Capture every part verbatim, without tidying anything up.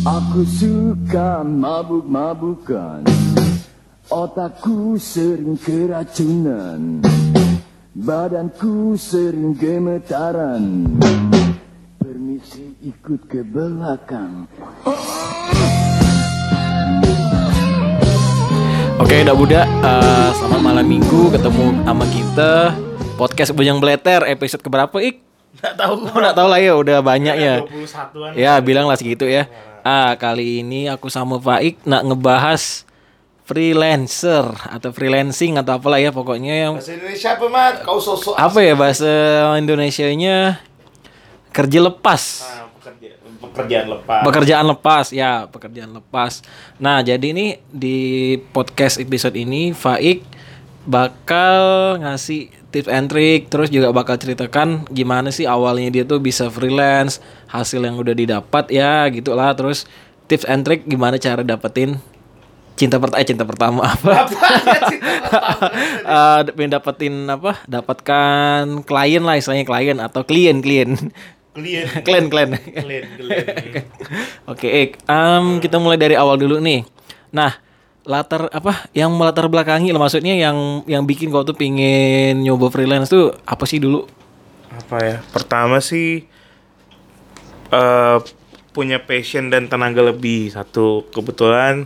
Aku suka mabuk-mabukan, otakku sering keracunan, badanku sering gemetaran. Permisi ikut ke belakang. Oke, udah budak. Uh, selamat malam minggu, ketemu sama kita podcast Bujang Beleter episode keberapa Ik? Nggak tahu. Oh, nggak tahu lah ya, udah banyak ya. dua puluh satuan. Ya, bilang lah segitu ya. Ah, kali ini aku sama Faik nak ngebahas freelancer atau freelancing atau apalah ya pokoknya yang Bahasa Indonesia apa, Mat? Kau sosok apa ya bahasa Indonesianya kerja lepas. Ah, pekerja, pekerjaan lepas. Pekerjaan lepas, ya pekerjaan lepas. Nah, jadi ini di podcast episode ini Faik bakal ngasih tips and trick, terus juga bakal ceritakan gimana sih awalnya dia tuh bisa freelance, hasil yang udah didapat ya gitulah, terus tips and trick gimana cara dapetin cinta pertama, eh, cinta pertama apa? Apa ya cinta pertama? uh, dapetin apa? Dapatkan klien lah istilahnya, klien atau klien-klien. Klien. Klien, klien. Klien, klien. Oke, Ik. Um, kita mulai dari awal dulu nih. Nah, latar apa yang melatar belakangi lah, maksudnya yang yang bikin kau tuh pingin nyoba freelance tuh apa sih dulu? Apa ya? Pertama sih uh, punya passion dan tenaga lebih. Satu, kebetulan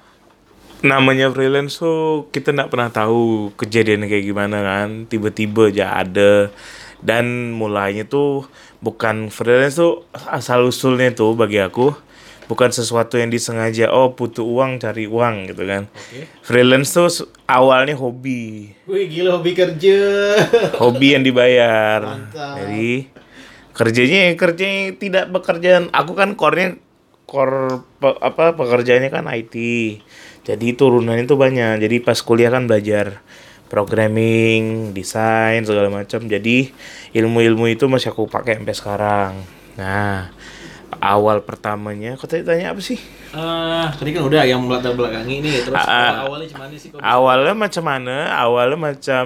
namanya freelance tuh kita nggak pernah tahu kejadiannya kayak gimana kan. Tiba-tiba aja ada. Dan mulainya tuh bukan freelance tuh asal usulnya tuh bagi aku bukan sesuatu yang disengaja, oh butuh uang cari uang gitu kan. Oke. Freelance tuh awalnya hobi. Wih, gila, hobi kerja. Hobi yang dibayar. Mantap. Jadi kerjanya kerjanya tidak pekerjaan. Aku kan core-nya core pe, apa pekerjaannya kan I T. Jadi turunannya tuh banyak. Jadi pas kuliah kan belajar programming, desain segala macam. Jadi ilmu-ilmu itu masih aku pakai sampai sekarang. Nah, awal pertamanya, kau tadi tanya apa sih? Uh, tadi kan udah yang melatar belakangi ini, terus Ah, awalnya gimana sih kok? Awalnya macam mana? Awalnya macam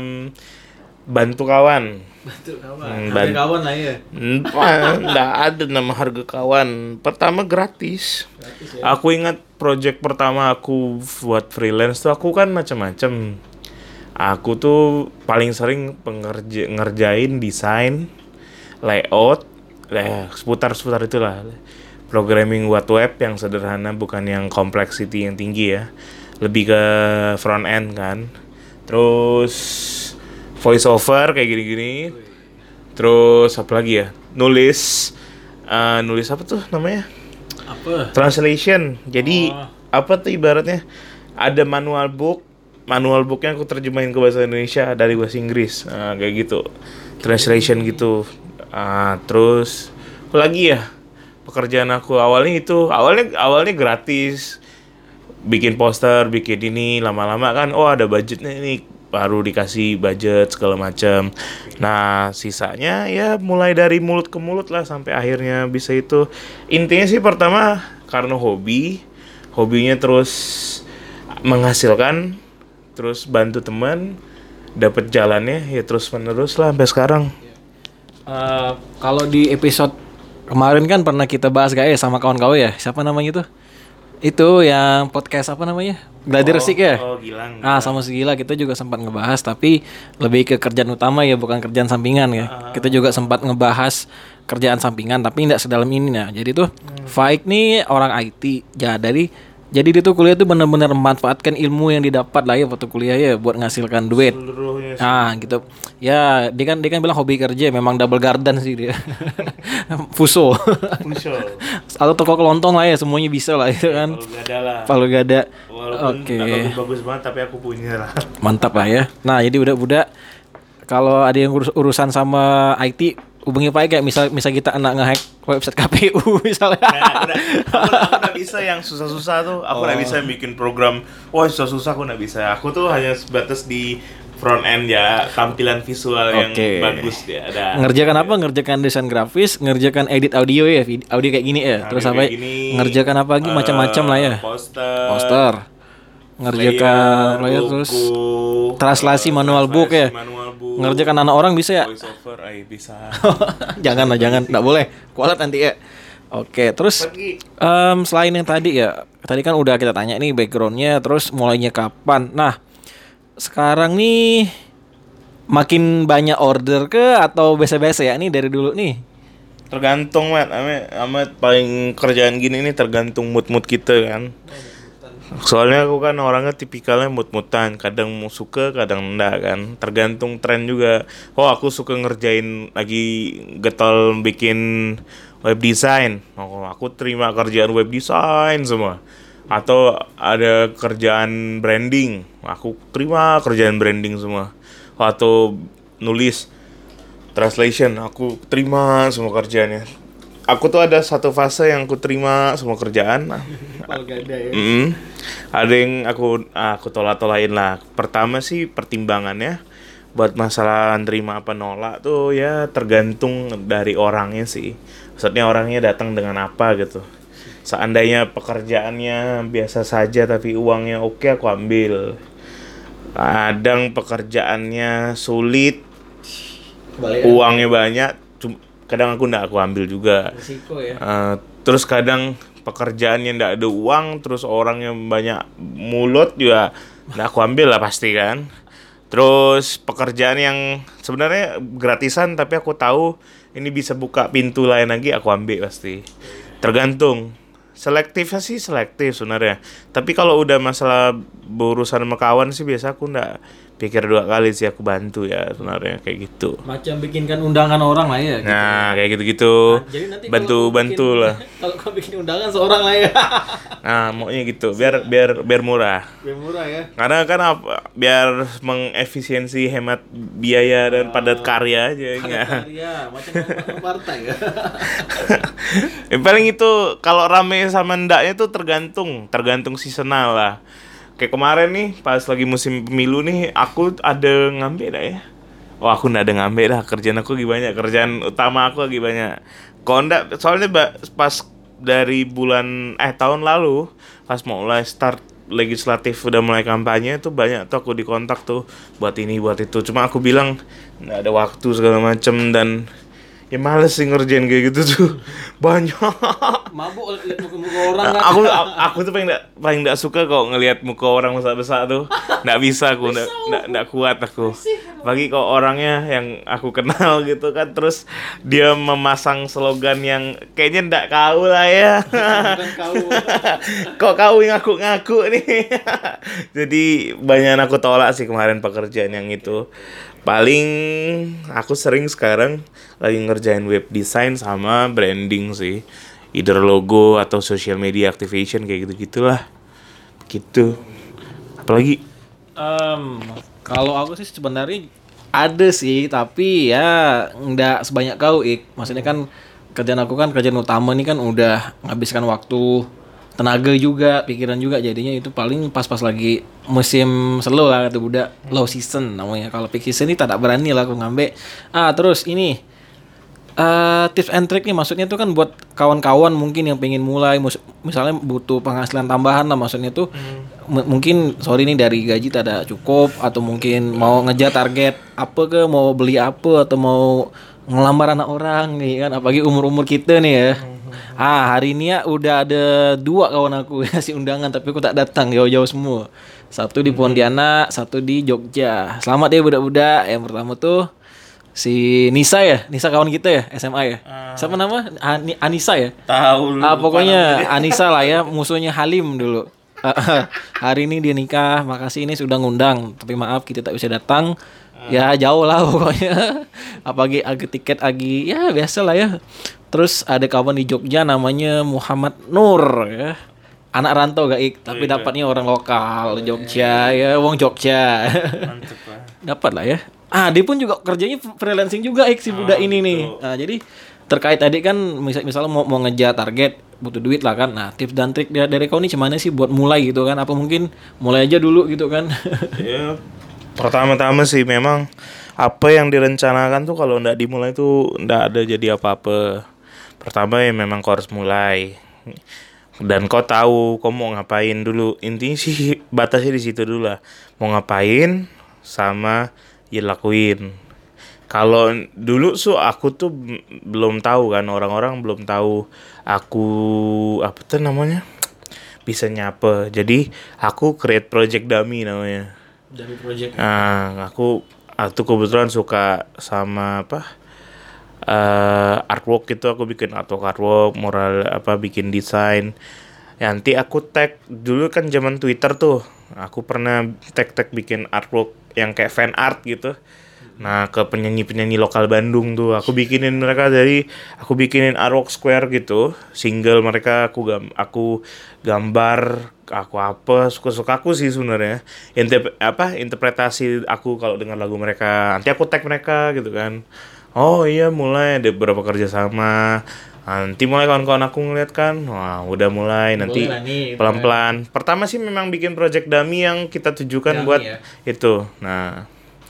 bantu kawan. Bantu kawan. Hmm, Harga ban- kawan lah ya. Nggak ada nama harga kawan. Pertama gratis. Gratis ya. Aku ingat project pertama aku buat freelance tuh aku kan macam-macam. Aku tuh paling sering pengerja ngerjain desain, layout, eh, seputar-seputar itulah. Programming buat web yang sederhana, bukan yang complexity yang tinggi ya. Lebih ke front end kan. Terus voice over kayak gini-gini. Terus apa lagi ya? Nulis uh, nulis apa tuh namanya? Apa? Translation. Jadi Oh. apa tuh ibaratnya? Ada manual book, manual booknya aku terjemahin ke bahasa Indonesia dari bahasa Inggris. Nah, kayak gitu. Translation gitu. Ah, terus apa lagi ya? Pekerjaan aku awalnya itu awalnya awalnya gratis. Bikin poster, bikin ini, lama-lama kan oh ada budgetnya ini, baru dikasih budget segala macam. Nah, sisanya ya mulai dari mulut ke mulut lah sampai akhirnya bisa itu. Intinya sih pertama karena hobi, hobinya terus menghasilkan, terus bantu teman, dapat jalannya ya terus menerus lah sampai sekarang. Uh, kalau di episode kemarin kan pernah kita bahas gak ya sama kawan kau ya, siapa namanya tuh? Itu yang podcast apa namanya? Gladi Resik ya? Oh, Gilang. Ah, sama si Gila kita juga sempat ngebahas, tapi lebih ke kerjaan utama ya, bukan kerjaan sampingan ya. Kita juga sempat ngebahas kerjaan sampingan tapi tidak sedalam ini nah. Jadi tuh Faik nih orang I T. Ya dari jadi dia tuh kuliah tuh benar-benar memanfaatkan ilmu yang didapat lah ya waktu kuliah ya buat ngasilkan duit. Seluruhnya. Ah, gitu. Ya, dia kan dia kan bilang hobi kerja, memang double garden sih dia. Fuso. Fuso. Atau toko kelontong lah ya, semuanya bisa lah itu kan. Kalau gak ada lah. Kalau gak ada. Walaupun Oke. nggak bagus-bagus banget tapi aku punya lah. Mantap lah ya. Nah, jadi udah-udah kalau ada yang urus urusan sama I T, hubungi Pak kayak misal misal kita anak ngehack website K P U misalnya. Nah, udah, aku, aku udah bisa yang susah-susah tuh. Aku udah Oh. bisa bikin program. Wah, susah-susah aku udah bisa. Aku tuh hanya sebatas di front end ya, tampilan visual yang Oke. bagus ya. Ada. Ngerjakan apa? Ngerjakan desain grafis, ngerjakan edit audio ya, vid- audio kayak gini ya. Nah, Terus kayak apa? gini, Ngerjakan apa lagi? eh, Macam-macam lah ya. Poster. Poster. Ngerjakan layer, layer, terus logo, translasi eh, manual book ya. manual book, Ngerjakan anak orang bisa ya? voice over, ay, bisa. Jangan lah, jangan, nggak boleh. Kualat nanti ya. Oke, terus em, selain yang tadi ya, tadi kan udah kita tanya nih backgroundnya, terus mulainya kapan. Nah, sekarang nih makin banyak order ke atau biasa-biasa ya? Nih dari dulu nih. Tergantung, Mat. Ame, ame paling kerjaan gini nih tergantung mood-mood kita kan. Soalnya aku kan orangnya tipikalnya mood-moodan, kadang mau suka, kadang enggak kan. Tergantung tren juga. Oh, aku suka ngerjain lagi getol bikin web design. Oh, aku terima kerjaan web design semua. Atau ada kerjaan branding, aku terima kerjaan branding semua. Atau nulis translation, aku terima semua kerjaannya. Aku tuh ada satu fase yang aku terima semua kerjaan. Mm-hmm. Ada yang aku aku tolak-tolakin lah. Pertama sih pertimbangannya buat masalah nerima apa nolak tuh ya tergantung dari orangnya sih. Maksudnya orangnya datang dengan apa gitu. Seandainya pekerjaannya biasa saja tapi uangnya oke, aku ambil. Kadang pekerjaannya sulit, Balik uangnya banyak, cum- kadang aku nggak aku ambil juga. risiko ya. Uh, terus kadang pekerjaan yang nggak ada uang, terus orang yang banyak mulut juga nggak aku ambil lah pasti kan. Terus pekerjaan yang sebenarnya gratisan tapi aku tahu ini bisa buka pintu lain lagi, aku ambil pasti. Tergantung. Selektifnya sih selektif sebenarnya. Tapi kalau udah masalah berurusan sama kawan sih biasa aku nggak pikir dua kali sih, aku bantu ya sebenarnya kayak gitu. Macam bikinkan undangan orang lah ya. Gitu. Nah kayak gitu-gitu. Nah, jadi nanti bantu kalau kau bantu bikin- lah. Kalau kau bikin undangan seorang lah ya. Nah maunya gitu biar biar biar murah. Biar murah ya. Karena kan apa, biar mengefisiensi hemat biaya dan padat karya aja enggak. Karya, macam orang partai ya. Yang paling itu kalau rame sama ndaknya tuh tergantung, tergantung seasonal lah. Kayak kemarin nih pas lagi musim pemilu nih aku ada ngambil dah ya. Wah aku nggak ada ngambil dah, kerjaan aku lagi banyak, kerjaan utama aku lagi banyak. Kalau ndak, soalnya ba- pas dari bulan eh tahun lalu pas mau mulai start legislatif udah mulai kampanye tuh banyak tuh aku dikontak tuh buat ini buat itu. Cuma aku bilang nggak ada waktu segala macem dan ya males sih ngerjain kayak gitu tuh. Banyak. Mabuk lihat muka-muka orang kan. aku aku tuh paling nggak paling nggak suka kok ngelihat muka orang besar-besar tuh. Nggak bisa aku, nggak nggak nggak kuat aku. Bagi kok orangnya yang aku kenal gitu kan, terus dia memasang slogan yang kayaknya nggak kau lah ya. Bukan kau. Kok kau yang ngaku-ngaku nih. Jadi banyak aku tolak sih kemarin pekerjaan yang itu. Paling aku sering sekarang lagi ngerjain web design sama branding sih. Either logo atau social media activation kayak gitu-gitulah. Gitu. Apalagi Em, kalau aku sih sebenarnya ada sih, tapi ya nggak sebanyak kau, Ik. Maksudnya kan kerjaan aku kan kerjaan utama nih kan udah menghabiskan waktu, tenaga juga, pikiran juga, jadinya itu paling pas-pas lagi musim slow lah kata budak, low season namanya. Kalau peak season ini tak berani lah aku ngambil. Ah, terus ini eh tips and trick nih, maksudnya tuh kan buat kawan-kawan mungkin yang pengen mulai mus- misalnya butuh penghasilan tambahan lah, maksudnya tuh m- mungkin sorry nih dari gaji tak ada cukup, atau mungkin mau ngejar target apa ke, mau beli apa, atau mau ngelamar anak orang nih kan, apalagi umur-umur kita nih ya. Ah, hari ini ya udah ada dua kawan aku ngasih undangan tapi aku tak datang, jauh-jauh semua. Satu di Pontianak, satu di Jogja. Selamat ya budak-budak. Yang pertama tuh si Nisa ya, Nisa kawan kita ya, S M A ya. Siapa nama? Ani- Anissa ya. tahu Ah, pokoknya Anissa lah ya, musuhnya Halim dulu. Hari ini dia nikah, makasih ini sudah ngundang, tapi maaf kita tak bisa datang. Ya jauh lah pokoknya. Apalagi agak tiket agi, ya biasa lah ya. Terus ada kawan di Jogja namanya Muhammad Nur ya. Anak rantau gak Ik, tapi dapatnya orang lokal Jogja ya, wong Jogja. Mantep lah. Dapat lah ya. Ah, dia pun juga kerjanya freelancing juga Ik si budak ini nih. Nah, jadi terkait tadi kan misal misalnya mau mau ngejar target butuh duit lah kan. Nah, tips dan trik dari, dari kau nih gimana sih buat mulai gitu kan? Apa mungkin mulai aja dulu gitu kan? Ya, pertama-tama sih memang apa yang direncanakan tuh kalau ndak dimulai tuh ndak ada jadi apa-apa. Pertama ya memang kau harus mulai. Dan kau tahu kau mau ngapain dulu. Intinya sih batasnya di situ dulu lah. Mau ngapain sama ya lakuin. Kalau dulu su aku tuh b- belum tahu kan, orang-orang belum tahu aku apa tuh namanya bisa nyapa. Jadi aku create project dummy namanya. Dari project. Nah, aku aku kebetulan suka sama apa eh artwork gitu, aku bikin artwork artwork moral apa bikin desain. Nanti aku tag dulu kan zaman Twitter tuh. Aku pernah tag-tag bikin artwork yang kayak fan art gitu. Nah, ke penyanyi-penyanyi lokal Bandung tuh aku bikinin mereka dari aku bikinin artwork square gitu, single mereka aku gam, aku gambar aku apa suka-suka aku sih sebenarnya. Interp- apa interpretasi aku kalau dengar lagu mereka. Nanti aku tag mereka gitu kan. Oh iya mulai ada beberapa kerja sama. Nanti mulai kawan-kawan aku ngeliat kan, wah udah mulai nanti Boleh lah nih, gitu pelan-pelan. Pertama sih memang bikin project dummy yang kita tujukan Dummy buat ya. itu. Nah,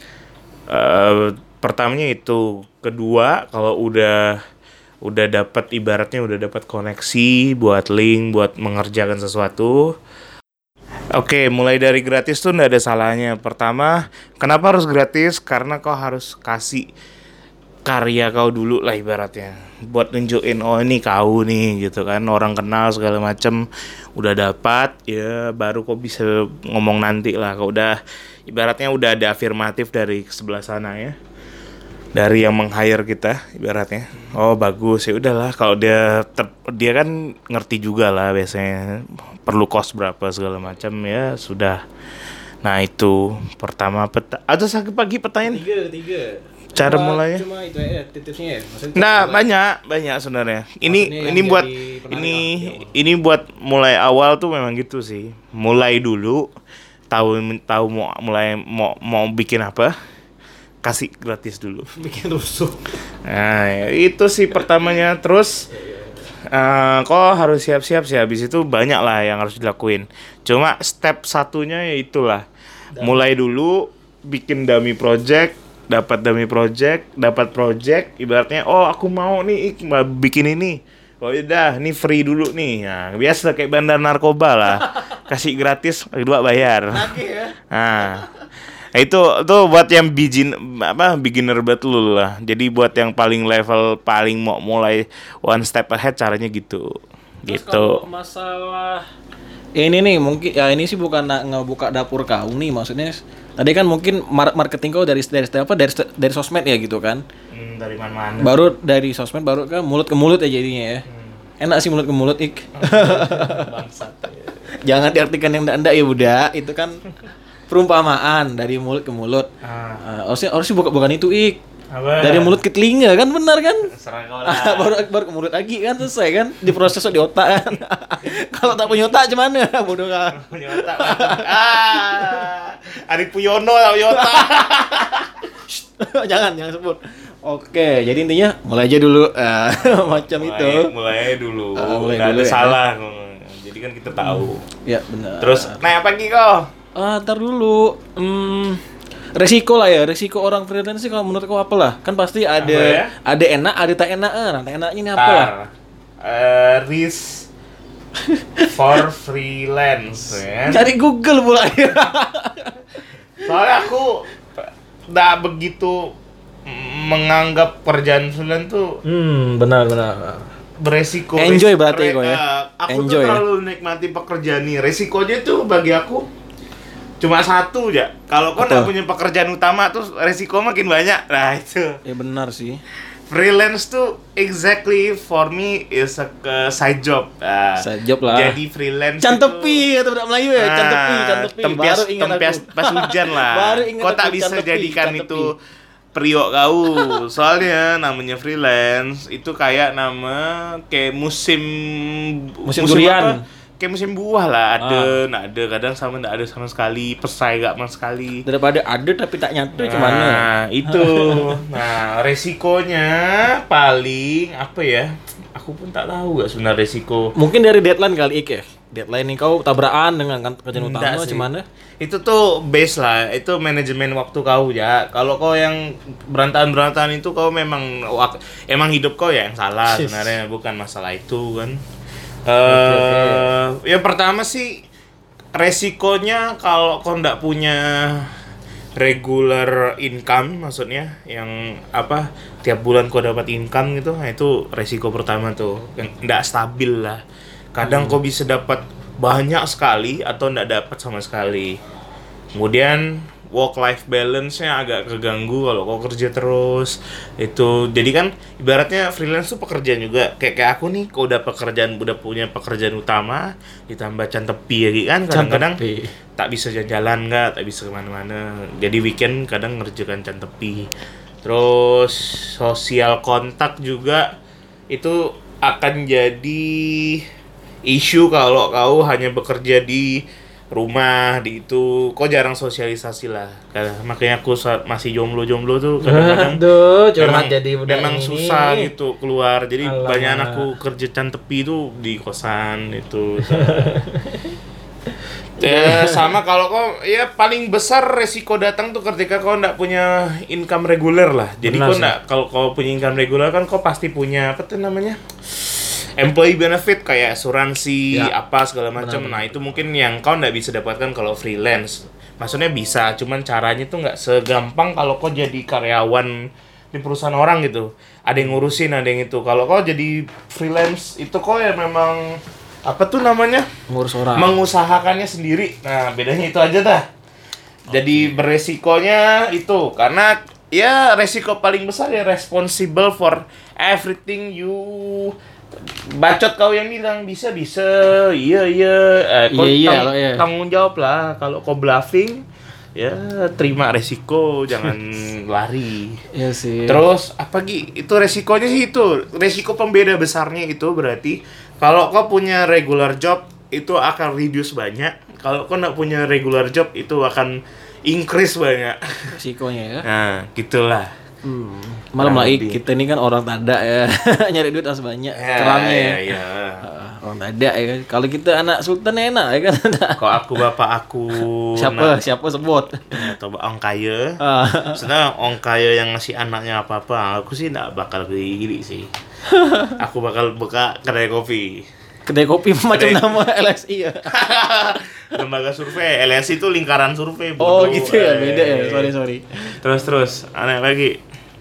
eh pertamanya itu, kedua kalau udah udah dapat ibaratnya udah dapat koneksi buat link buat mengerjakan sesuatu. Oke, mulai dari gratis tuh nggak ada salahnya. Pertama, kenapa harus gratis? Karena kau harus kasih karya kau dulu lah ibaratnya buat nunjukin oh ini kau nih gitu kan, orang kenal segala macem udah dapat ya baru kau bisa ngomong nanti lah. Kau udah ibaratnya udah ada afirmatif dari sebelah sana ya, dari yang meng-hire kita ibaratnya. Oh bagus ya udahlah, kalau dia ter- dia kan ngerti juga lah biasanya perlu cost berapa segala macam ya sudah. Nah itu pertama peta ada sakit pagi pertanyaan Tiga, tiga. Cara Cuma- mulainya? Cuma itu ya tipsnya ya. Maksudnya nah cara- banyak banyak sebenarnya ini Maksudnya ini yang buat jadi penarik ini lah di awal. ini buat mulai awal tuh memang gitu sih, mulai dulu tahu tahu mau mulai mau mau bikin apa kasih gratis dulu. bikin rusuh. Nah, ya, itu sih pertamanya. Terus eh kok harus siap-siap sih, habis itu banyak lah yang harus dilakuin. Cuma step satunya ya itulah. Mulai dulu bikin dummy project, dapat dummy project, dapat project, ibaratnya oh aku mau nih ik- mau bikin ini. Oh udah, ini free dulu nih. Nah, biasa kayak bandar narkoba lah. Kasih gratis, kedua bayar. Oke ya. Nah, itu itu buat yang begin apa beginner banget lu lah. Jadi buat yang paling level paling mau mulai one step ahead caranya gitu. Terus Gitu. kalau masalah ini nih mungkin ya ini sih bukan na- ngebuka dapur kau nih, maksudnya tadi kan mungkin mar- marketing kau dari dari apa dari dari sosmed ya gitu kan. Hmm, dari mana-mana. Baru dari sosmed baru kan mulut ke mulut ya jadinya ya. Enak sih mulut ke mulut ik. Bangsat. Jangan diartikan yang enggak ya budak, itu kan perumpamaan dari mulut ke mulut. Ah, Uh, harusnya harusnya bukan bukan itu ik. apa? Dari mulut ke telinga kan benar kan? Serah kau lah. baru baru ke mulut lagi kan selesai kan diproses di otak kan. Kalau tak punya otak gimana bodoh kan. Punya otak. Ah. Ari Puyono tak punya otak. jangan jangan sebut. Oke, jadi intinya mulai aja dulu eh, macam itu. Mulai dulu. Ah, mulai Nggak dulu ada ya. salah. Jadi kan kita tahu. Ya benar. Terus, nah apa lagi kau? ah ntar dulu. Hmm, resiko lah ya, resiko orang freelance sih kalau menurut kau apa lah? Kan pasti ada Apa ya? ada enak, ada tak enak. Ah, nah, tak enaknya ini apa lah? Tar, eh, risk for freelance ya. Cari Google pula ya. Soalnya aku nggak begitu menganggap kerjaan freelance tuh Hmm, benar benar. beresiko. Enjoy berarti Re- kok ya? eh, aku Enjoy tuh ya? terlalu nikmati pekerjaan nih. Resikonya tuh bagi aku cuma satu ya. Kalau kau nggak Apa? punya pekerjaan utama tuh resiko makin banyak. Nah itu. Ya benar sih. Freelance tuh exactly for me is a ke- side job. Nah, Side job lah. Jadi freelance Cantepi atau budak Melayu ya, Nah, cantepi, cantepi. tempias, Baru ingat tempias aku. pas hujan lah. Baru ingat Kau aku, tak bisa cantepi, jadikan cantepi. itu priok kau. Soalnya namanya freelance itu kayak nama kayak musim Musim durian. apa? Kayak musim buah lah, ada, Ah. nggak ada, kadang sama nggak ada sama sekali, pesai gak sama sekali. Daripada ada tapi tak nyatu gimana? Nah, itu. Nah, resikonya paling apa ya? Aku pun tak tahu gak sebenarnya resiko. Mungkin dari deadline kali Ik ya. Deadline nih kau tabrakan dengan kan kerjaan Enggak utama sih. gimana? Itu tuh base lah, itu manajemen waktu kau ya. Kalau kau yang berantakan-berantakan itu kau memang wak- emang hidup kau ya yang salah Sis. sebenarnya, bukan masalah itu kan. Eh, yang pertama sih resikonya kalau kau ndak punya regular income, maksudnya yang apa tiap bulan kau dapat income gitu, nah itu resiko pertama tuh, yang nggak stabil lah. Kadang hmm. kau bisa dapat banyak sekali atau nggak dapat sama sekali. Kemudian work life balance-nya agak keganggu kalau kau kerja terus. Itu jadi kan ibaratnya freelance tuh pekerjaan juga. Kayak kayak aku nih, kau udah pekerjaan udah punya pekerjaan utama ditambah cantepi ya kan, kadang-kadang cantepi. Tak bisa jalan-jalan nggak, tak bisa kemana-mana. Jadi weekend kadang ngerjakan cantepi. Terus sosial kontak juga itu akan jadi isu kalau kau hanya bekerja di rumah, di itu kok jarang sosialisasi lah. Karena makanya aku saat masih jomblo-jomblo tuh kadang-kadang Aduh, curhat memang, jadi udah memang ini. susah gitu keluar. Jadi Alamak. banyak anakku kerja cantepi itu di kosan itu. Ya, sama kalau kau ya paling besar resiko datang tuh ketika kau nggak punya income reguler lah. Jadi Benar kau sih. nggak, kalau kau punya income reguler kan kau pasti punya apa tuh namanya? Employee benefit kayak asuransi Ya. apa segala macam. Nah, itu mungkin yang kau nggak bisa dapatkan kalau freelance. Maksudnya bisa, cuman caranya tuh nggak segampang kalau kau jadi karyawan di perusahaan orang gitu. Ada yang ngurusin, ada yang itu. Kalau kau jadi freelance itu kau ya memang apa tuh namanya? Ngurus orang. Mengusahakannya sendiri. Nah, bedanya itu aja dah. Jadi beresikonya itu karena ya resiko paling besar ya responsible for everything you bacot kau yang bilang bisa bisa iya iya eh, kau Iya, iya, tang- kalau iya. tanggung jawab lah. Kalau kau bluffing ya terima resiko, jangan lari. Iya sih. Terus apa Gi? Itu resikonya sih itu. Resiko pembeda besarnya itu berarti kalau kau punya regular job itu akan reduce banyak. Kalau kau nggak punya regular job itu akan increase banyak. Resikonya ya. Nah, gitulah. Hmm. Malam lah Lebih. kita ini kan orang tada ya. Nyari duit harus banyak Ya, kerangnya ya, ya. ya. Ah, orang tada ya kan. Kalau kita anak sultan enak ya kan. Kalau aku bapak aku siapa nak- siapa sebut. ya, atau orang kaya. Ah. Sebenarnya orang kaya yang ngasih anaknya apa-apa, aku sih nggak bakal gini sih. Aku bakal buka kedai kopi. Kedai kopi macam Kedai- nama L S I ya. Lembaga survei, L S I itu lingkaran survei. Oh bodoh. gitu ya, beda ya. Eh, Sorry sorry. Terus terus, aneh lagi.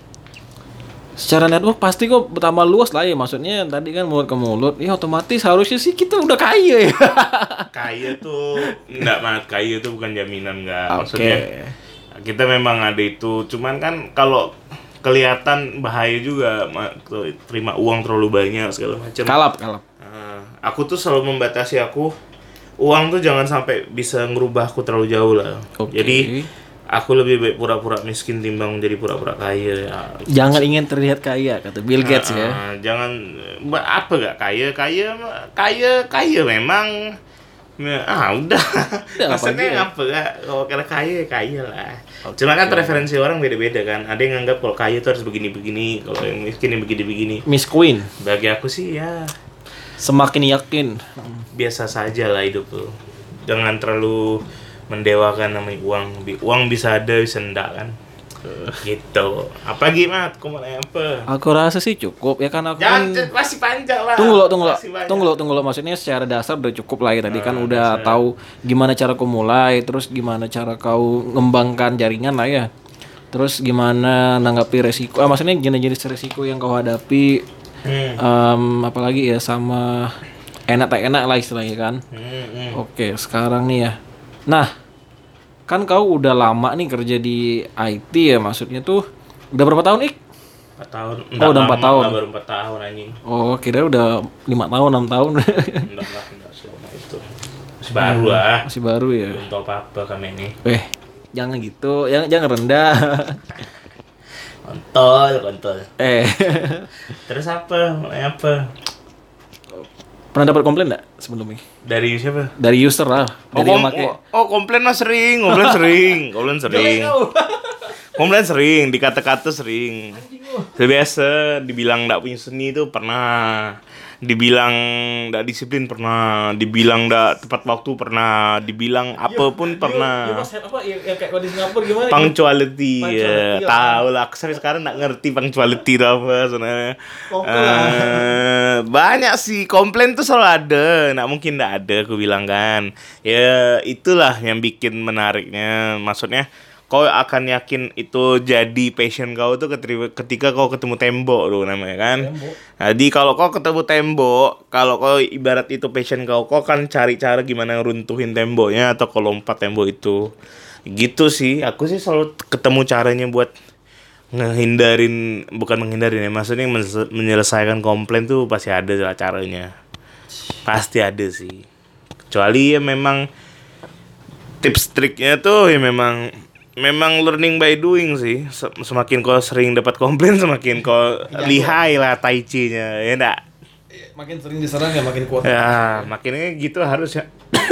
Secara network pasti kok bertambah luas lah ya. Maksudnya tadi kan mulut ke mulut. Ya otomatis harusnya sih kita udah kaya ya. Kaya tuh enggak banget, kaya tuh bukan jaminan enggak. Oke. Maksudnya kita memang ada itu, cuman kan kalau kelihatan bahaya juga ma- terima uang terlalu banyak segala macam. Kalap kalap. Nah, aku tuh selalu membatasi aku uang tuh jangan sampai bisa ngerubah aku terlalu jauh lah. Oke. Jadi aku lebih baik pura-pura miskin timbang menjadi pura-pura kaya ya. Jangan ingin terlihat kaya kata Bill Gates ya. Ah, jangan ba- apa gak kaya kaya mah- kaya kaya memang. Nah, ah udah. Udah, Maksudnya apa apa gak kalau kira kaya kaya lah. Cuma kan referensi orang beda-beda kan. Ada yang nganggap kalau kaya itu harus begini-begini, kalau yang miskin yang begini-begini. Miss Queen Bagi aku sih ya semakin yakin. biasa saja lah hidup tuh. Jangan terlalu mendewakan namanya uang. Bi- Uang bisa ada bisa enggak kan. Gitu. Apa gimana? Kau mau nanya apa? Aku rasa sih cukup ya kan aku Jangan kan masih panjang lah. tunggu lo tunggu lo Masih banyak. tunggu lo tunggu lo maksudnya secara dasar udah cukup lah ya tadi kan Ah, udah dasar. tahu gimana cara kau mulai terus gimana cara kau ngembangkan jaringan lah ya terus gimana nanggapi resiko ah, maksudnya jenis-jenis resiko yang kau hadapi Hmm. em, apalagi ya sama enak tak enak lah istilahnya kan. Hmm, hmm. Oke sekarang nih ya nah kan kau udah lama nih kerja di I T ya maksudnya tuh udah berapa tahun Ik? empat tahun. Oh, udah empat lama tahun. lah, baru empat tahun anjing. Oh kira udah lima tahun enam tahun. Enggak lah, enggak selama itu. Masih baru ah. Masih baru ya. Belum tahu apa-apa kami ini. Eh, jangan gitu, jangan jangan rendah. Kontol, kontol. eh, Terus apa? Mau nanya apa? pernah dapat komplain enggak sebelumnya? Dari siapa? Dari user lah, Oh, dari kom- yang make. oh, oh, komplain mah sering, komplain sering, komplain sering. Komplain sering, dikata-kata sering. Biasa dibilang enggak punya seni itu pernah. Dibilang enggak disiplin pernah, dibilang enggak tepat waktu pernah, dibilang apapun pernah. apa yang, yang kayak di Singapura gimana? Punctuality, Punctuality ya, lah. tahu lah. Aku sampai sekarang nggak ngerti punctuality itu apa sebenarnya. Kok Eh, banyak sih komplain tuh selalu ada, nggak mungkin nggak ada. Aku bilang kan, ya itulah yang bikin menariknya. Maksudnya kau akan yakin itu jadi passion kau tuh ketika, ketika kau ketemu tembok tuh namanya kan. Tembok. Jadi kalau kau ketemu tembok, kalau kau ibarat itu passion kau, kau kan cari cara gimana runtuhin temboknya atau kau lompat tembok itu. Gitu sih, aku sih selalu ketemu caranya buat ngehindarin, bukan menghindarin ya, maksudnya men- menyelesaikan komplain tuh pasti ada lah caranya. Pasti ada sih. Kecuali ya memang tips triknya tuh ya memang memang learning by doing sih. Semakin kau sering dapat komplain, semakin kau lihai lah tai chi-nya, ya enggak? Makin sering diserang ya makin kuat. Ya, makinnya gitu harusnya.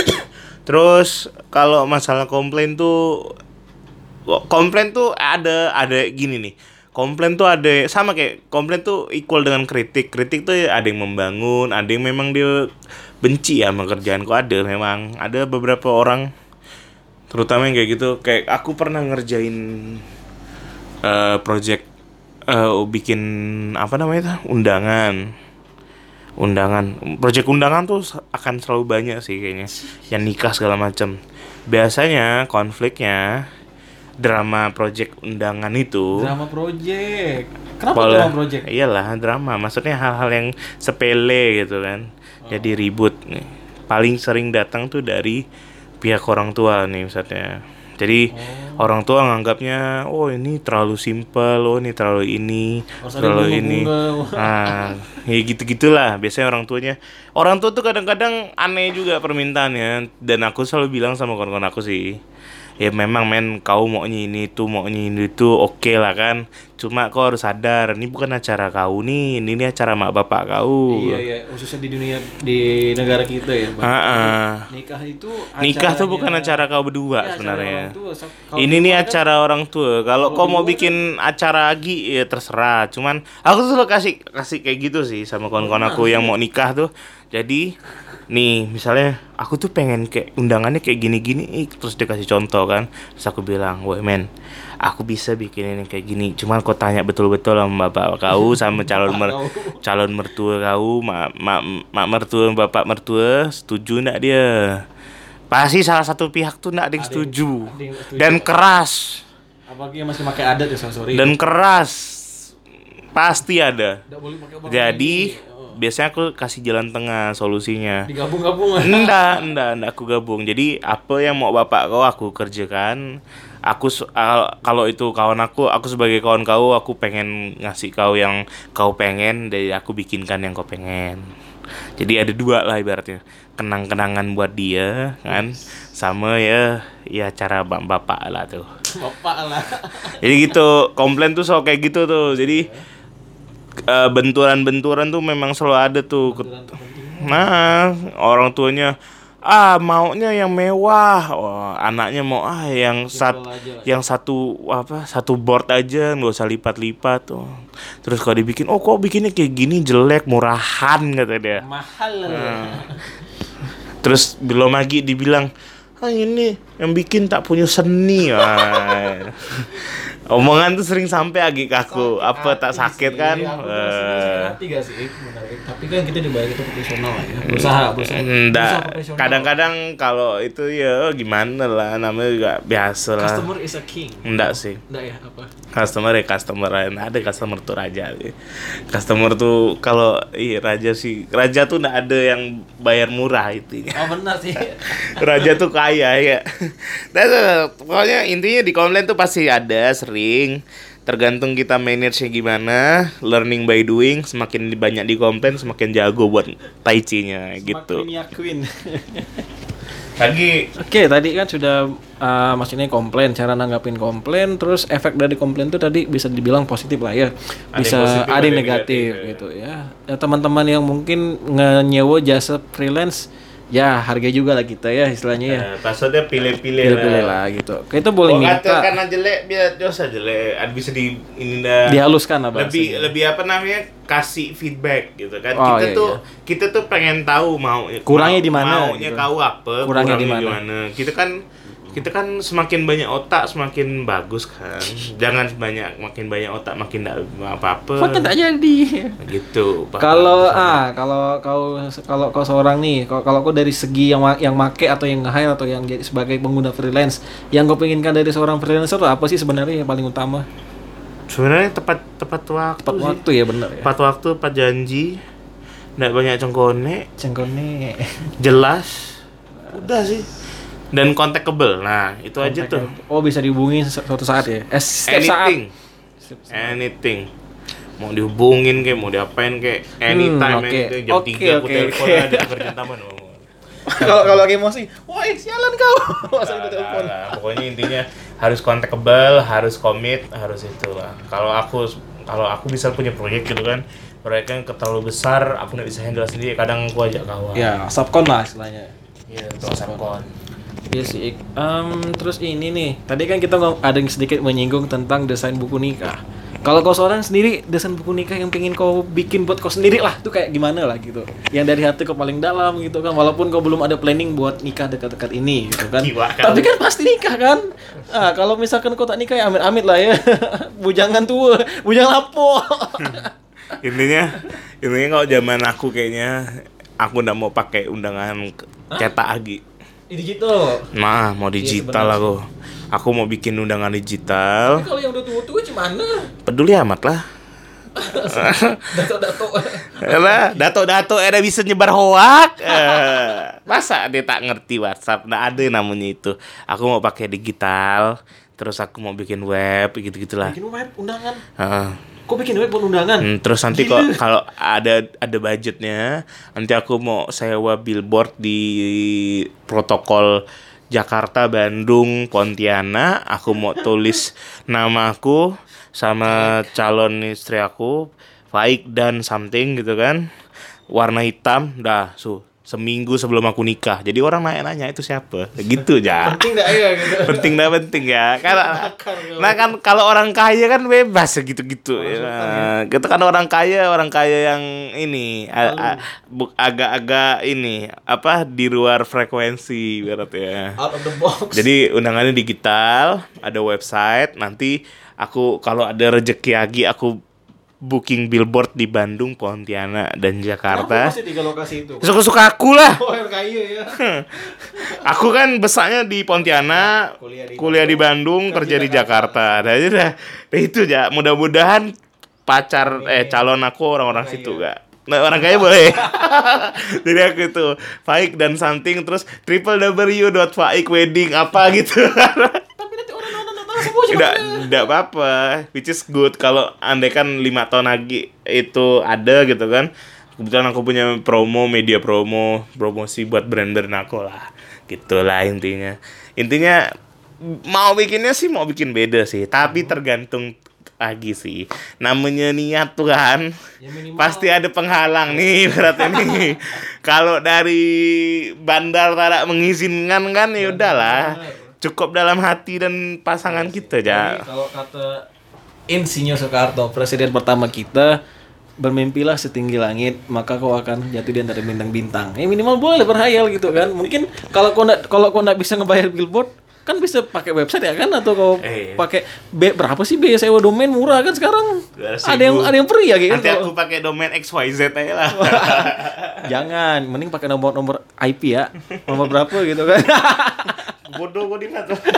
Terus kalau masalah komplain tuh komplain tuh ada ada gini nih. Komplain tuh ada sama kayak komplain tuh equal dengan kritik. Kritik tuh ada yang membangun, ada yang memang dia benci ya sama kerjaan kok, ada memang ada beberapa orang terutama yang kayak gitu. Kayak aku pernah ngerjain uh, project uh, bikin apa namanya itu undangan undangan project undangan tuh akan selalu banyak sih kayaknya yang nikah segala macam. Biasanya konfliknya drama project undangan itu. Drama project. Kenapa Pola, drama project? Iyalah drama, maksudnya hal-hal yang sepele gitu kan. Oh. Jadi ribut nih. Paling sering datang tuh dari pihak orang tua nih misalnya. Jadi oh. orang tua nganggapnya, oh ini terlalu simpel, oh ini terlalu ini, oh, terlalu ini. Nah, ya gitu-gitulah. Biasanya orang tuanya, orang tua tuh kadang-kadang aneh juga permintaannya. Dan aku selalu bilang sama kawan-kawan aku sih, ya memang men kau maunya ini itu maunya ini itu oke okay lah kan, cuma kau harus sadar ini bukan acara kau nih, ini, ini acara mak bapak kau. Iya iya, khususnya di dunia di negara kita ya Bang. Ha-ha. Nikah itu nikah tuh bukan acara kau berdua ya, sebenarnya. Tua, so, ini nih acara orang tua. Kalau kau mau bikin kan acara lagi ya terserah. Cuman aku tuh selalu kasih kasih kayak gitu sih sama kawan-kawan aku yang mau nikah tuh. Jadi nih misalnya aku tuh pengen kayak undangannya kayak gini-gini, terus dia kasih contoh kan, terus aku bilang, woi men, aku bisa bikin ini kayak gini, cuman kau tanya betul-betul sama bapak kau, sama calon mer calon mertua kau, mak mak mak mertua bapak mertua, setuju ndak dia? Pasti salah satu pihak tuh ndak ada yang setuju, ada yang setuju dan keras. Apalagi yang masih pakai adat ya sorry. Dan keras, pasti ada. Jadi biasanya aku kasih jalan tengah solusinya. Digabung-gabung. Enggak, enggak, enggak aku gabung. Jadi apa yang mau bapak kau aku kerjakan. Aku uh, kalau itu kawan aku, aku sebagai kawan kau, aku pengen ngasih kau yang kau pengen, dari aku bikinkan yang kau pengen. Jadi ada dua lah ibaratnya. Kenang-kenangan buat dia kan, sama ya ya cara bapak lah tuh. Bapak lah. Jadi gitu, komplain tuh soal kayak gitu tuh. Jadi Uh, benturan-benturan tuh memang selalu ada tuh. Nah, orang tuanya ah maunya yang mewah, oh, anaknya mau ah yang sat, yang satu apa satu board aja nggak usah lipat-lipat tuh. Terus kalau dibikin, oh kok bikinnya kayak gini jelek, murahan kata dia. Mahal. Nah. Terus belum lagi dibilang, ah ini yang bikin tak punya seni. Omongan tuh sering sampai agi ke aku, sakit apa tak sakit sih, kan? Uh, hati gak sih? Tapi kan kita dibayar itu profesional lah ya. Berusaha, berusaha. Enggak. Kadang-kadang kalau itu ya gimana lah, namanya juga biasa lah. Customer is a king. Enggak sih. Enggak ya, apa? Customer ya customer, ada customer tuh raja. Customer tuh kalau iya raja sih, raja tuh enggak ada yang bayar murah itu. Oh benar sih. Raja tuh kaya ya. Nah, pokoknya intinya di komplain tuh pasti ada sering. Tergantung kita manage-nya gimana, learning by doing. Semakin banyak di komplain, semakin jago buat tai chi-nya gitu. Semakin yakin. Lagi. Oke, tadi kan sudah uh, maksudnya komplain, cara nanggapin komplain, terus efek dari komplain itu tadi bisa dibilang positif lah ya. Bisa ada yang negatif, negatif gitu ya. Ya teman-teman yang mungkin nge-nyewa jasa freelance, ya harga juga lah kita ya istilahnya ya. Nah, maksudnya pilih-pilih, pilih-pilih lah. lah gitu. Kita boleh oh, minta. Karena jelek biar dosa jelek, bisa di ini dah. Dihaluskan lah bahasanya. Lebih lebih apa namanya? Kasih feedback gitu kan. Oh, kita iya, tuh iya. kita tuh pengen tahu mau kurangnya di mana? Maunya gitu. kau apa? Kurangnya, kurangnya di mana? Kita kan Kita kan semakin banyak otak semakin bagus kan. Jangan banyak makin banyak otak makin enggak apa-apa. Makin tak jadi. Gitu. Kalau ah kalau kau kalau kau seorang nih, kalau kalau kau dari segi yang ma- yang make atau yang nge-hire atau yang jadi sebagai pengguna freelance, yang kau penginkan dari seorang freelancer tuh apa sih sebenarnya yang paling utama? Sebenarnya tepat tepat waktu Tepat sih. waktu ya benar ya. Tepat waktu, tepat janji. Enggak banyak cengkone, Cengkone. jelas. Udah sih. Dan contactable. Nah, itu aja tuh. Oh, bisa dihubungi su- suatu saat ya. Eh, setiap Anything. saat. Anything. Mau dihubungin kayak mau diapain kayak anytime Hmm, oke. anything. Jam Oke, tiga aku oke, telepon oke. ada kerjaan taman. Oh. Kalau kalau lagi emosi, woi sialan kau. Masa Nah, gue telepon. nah, nah, pokoknya intinya harus contactable, harus komit, harus itulah. Kalau aku kalau aku bisa punya proyek gitu kan, proyeknya terlalu besar, aku nggak bisa handle sendiri. Kadang aku ajak kawan. Ya, subcon lah istilahnya. Iya, untuk subcon. Iya sih. Um, terus ini nih, tadi kan kita ngom- ada yang sedikit menyinggung tentang desain buku nikah. Kalau kau seorang sendiri, desain buku nikah yang pengen kau bikin buat kau sendiri lah, tuh kayak gimana lah gitu. Yang dari hati kau paling dalam gitu kan, walaupun kau belum ada planning buat nikah dekat-dekat ini gitu kan. Gila kau. Tapi kan pasti nikah kan. Ah, kalau misalkan kau tak nikah ya amit-amit lah ya. Bujangan tua, bujang lapo. Intinya, intinya kalau zaman aku kayaknya aku nggak mau pakai undangan cetak lagi. Ini gitu. Nah, mau digital Iya, aku. Aku mau bikin undangan digital. Kalau yang udah tua-tua gimana? Peduli amat lah. Dato-dato. Lah, dato-dato ada bisa nyebar hoak. Eh, masa dia tak ngerti WhatsApp? Nggak ada namanya itu. Aku mau pakai digital, terus aku mau bikin web gitu-gitulah. Bikin web undangan. Heeh. Kok bikin web buat undangan? Hmm, terus nanti kok kalau ada ada budgetnya, nanti aku mau sewa billboard di protokol Jakarta, Bandung, Pontianak. Aku mau tulis namaku sama calon istri aku, Faik dan something gitu kan. Warna hitam, dah, su. Seminggu sebelum aku nikah. Jadi orang nanya-nanya itu siapa? Gitu aja. Penting enggak ya gitu. Penting dah penting ya. Karena nah kan kalau orang kaya kan bebas gitu-gitu. Ya. Kita kan orang kaya, orang kaya yang ini a- a- bu- agak-agak ini apa di luar frekuensi berarti ya. Out of the box. Jadi undangannya digital, ada website. Nanti aku kalau ada rezeki lagi aku booking billboard di Bandung, Pontianak dan Jakarta. Kenapa masih tiga lokasi itu? Suka-suka aku lah. Oh, yang kaya ya. Aku kan besarnya di Pontianak, Kuliah di kuliah di Bandung, kerja di Jakarta. Nah, itu dah. Itu ya. Mudah-mudahan pacar eh calon aku orang-orang situ gak. Nah, orang kaya boleh. Jadi aku itu Faik dan something terus triple w dot faik wedding apa gitu. Tapi nanti orang nonton-nonton semua Tidak, tidak apa-apa. Which is good kalau andai kan lima tahun lagi itu ada gitu kan. Kebetulan aku punya promo, media promo, promosi buat brand-brand aku lah. Gitulah intinya. Intinya mau bikinnya sih mau bikin beda sih, tapi tergantung lagi sih. Namanya niat Tuhan. Ya minimal. Pasti ada penghalang nih berarti nih. Kalau dari bandar tidak mengizinkan kan ya udahlah. Cukup dalam hati dan pasangan kita aja. Jadi, kalau kata Insinyur Soekarno, presiden pertama kita, bermimpilah setinggi langit, maka kau akan jatuh di antara bintang-bintang. Ya minimal boleh berhayal gitu kan. Mungkin kalau kau nggak kalau kau nggak bisa ngebayar billboard, kan bisa pakai website ya kan, atau kau Eh. pakai B, berapa sih biaya sewa domain murah kan sekarang? dua ratus Ada yang ribu. ada yang free ya gitu. Nanti aku pakai domain X Y Z aja lah. Jangan, mending pakai nomor-nomor I P ya. Nomor berapa gitu kan. Bodoh gue di mana tuh.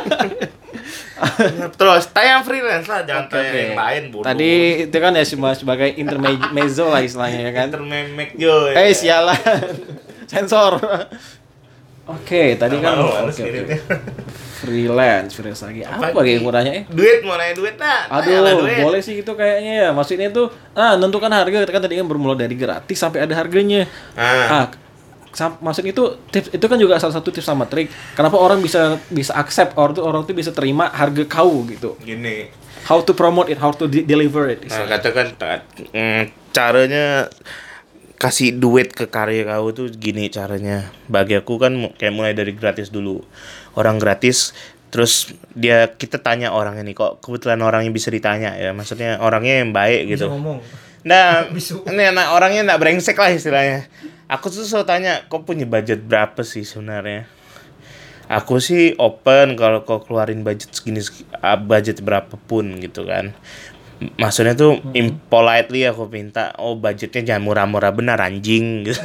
Terus tayang freelance lah, jangan Oke, tayang oke. yang lain bodoh. Tadi itu kan ya cuma sebagai intermezzo lah istilahnya ya kan. Intermemek yo. Eh sialan. Sensor. Oke, tadi kan Mau, oke, harus oke. ngirimnya. Freelance, freelance lagi. Apa, Apa kayak nih? mau nanya eh? Duit mau nanya duit nah. Aduh, boleh sih itu kayaknya ya. Maksudnya itu ah nentukan harga kan tadi kan bermula dari gratis sampai ada harganya. Ah. Ah, sam- maksud itu tips itu kan juga salah satu tips sama trik. Kenapa orang bisa bisa accept orang tuh orang tuh bisa terima harga kau gitu. Gini. How to promote it, how to de- deliver it. Nah, katakan mm, caranya kasih duit ke karya kau tuh gini caranya. Bagi aku kan mu- kayak mulai dari gratis dulu. Orang gratis terus dia kita tanya orang ini kok kebetulan orangnya bisa ditanya ya. Maksudnya orangnya yang baik gitu. ngomong. Nah, ini anak orangnya enggak brengsek lah istilahnya. Aku tuh selalu tanya, kok punya budget berapa sih sebenarnya? Aku sih open kalau kau keluarin budget segini, uh, budget berapapun gitu kan. Maksudnya tuh Hmm. impolitely aku minta, oh budgetnya jangan murah-murah benar anjing gitu.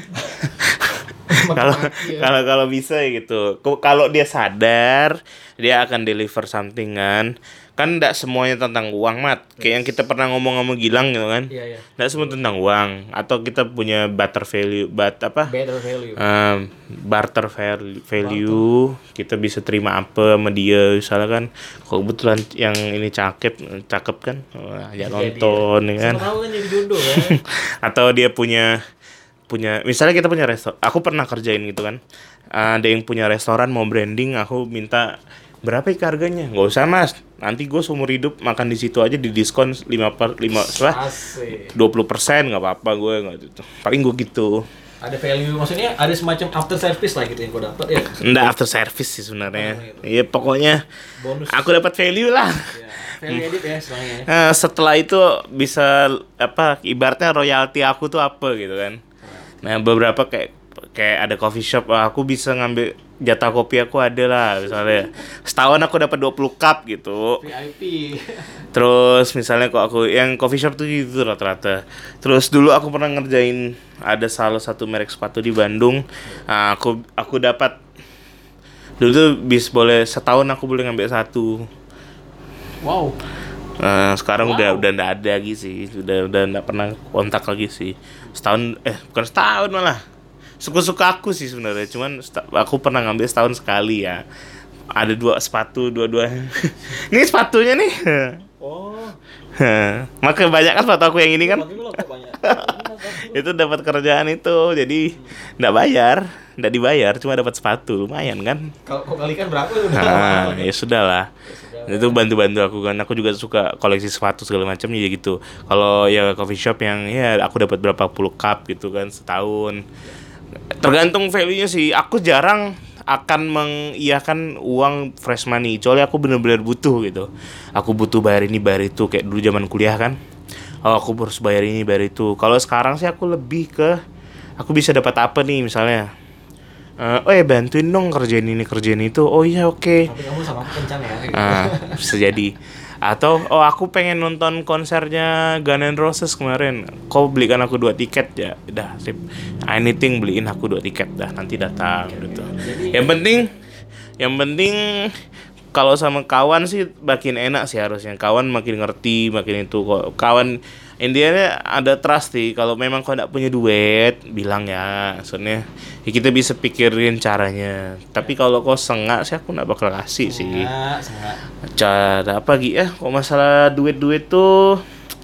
Kalau kalau kalau bisa gitu. Ko- Kalau dia sadar, dia akan deliver something kan. Kan enggak semuanya tentang uang, Mat. Kayak yang kita pernah ngomong sama Gilang gitu kan. Iya, iya. Enggak semua tentang uang, atau kita punya barter value, bat apa? Better value. Um, barter value, value kita bisa terima apa sama dia misalnya kan, kalau kebetulan yang ini cakep cakep kan, wah, ya nonton ya kan. Siapa tahu kan jadi jodoh kan. Atau dia punya punya misalnya kita punya restoran, aku pernah kerjain gitu kan. Ada yang punya restoran mau branding, aku minta berapa ya harganya, nggak usah mas, nanti gue seumur hidup makan di situ aja di diskon lima per lima setelah Asik. dua puluh persen nggak apa-apa, gue nggak gitu, paling gue gitu. Ada value, maksudnya ada semacam after service lah gitu yang kau dapat ya. Nggak after service sih sebenarnya. Iya pokoknya Bonus. aku dapat value lah. Ya, value edit ya sebenarnya. Nah, setelah itu bisa apa ibaratnya royalti aku tuh apa gitu kan. Nah beberapa kayak kayak ada coffee shop, wah, aku bisa ngambil jatah kopi aku ada lah misalnya. Setahun aku dapat dua puluh cup gitu. V I P. Terus misalnya kok aku yang coffee shop tuh gitu rata-rata. Terus dulu aku pernah ngerjain ada salah satu merek sepatu di Bandung. Nah, aku aku dapat dulu tuh bis boleh setahun aku boleh ngambil satu. Wow. Nah, sekarang Wow. udah udah nggak ada lagi sih. Udah udah nggak pernah kontak lagi sih. Setahun eh bukan setahun malah. Suka-suka aku sih sebenarnya. Cuman seta- aku pernah ngambil setahun sekali ya. Ada dua sepatu, dua-duanya. Ini sepatunya nih. Oh. Maka banyak kan sepatu aku yang ini kan. Bagi lo kok banyak. Itu dapat kerjaan itu, jadi nggak bayar, nggak dibayar, cuma dapat sepatu, lumayan kan. Kalau kau kalikan berapa udah Nah, mahal, kan? ya sudah lah. Itu bantu-bantu aku kan. Aku juga suka koleksi sepatu segala macam ya gitu. Kalau ya coffee shop yang ya aku dapat berapa puluh cup gitu kan setahun. Tergantung value-nya sih. Aku jarang akan mengiyakan uang fresh money. Soalnya aku benar-benar butuh gitu. Aku butuh bayar ini bayar itu kayak dulu zaman kuliah kan. Oh, aku harus bayar ini bayar itu. Kalau sekarang sih aku lebih ke aku bisa dapat apa nih misalnya. Eh, oh ya bantuin dong kerjain ini kerjain itu. Oh iya oke. Tapi kamu sama aku kencang ya. Ah, bisa jadi. Atau oh aku pengen nonton konsernya Guns N' Roses kemarin. Kau belikan aku dua tiket ya. Udah sip. Anything beliin aku dua tiket dah nanti datang gitu. Yang penting yang penting kalau sama kawan sih makin enak sih harusnya. Kawan makin ngerti, makin itu kok. Kawan intinya ada trust sih. Kalau memang kau enggak punya duit, bilang ya. Maksudnya ya kita bisa pikirin caranya. Tapi kalau kau sengak sih aku enggak bakal kasih sih. Enggak, enggak. Cara apa Gi ya? Kok masalah duit-duit tuh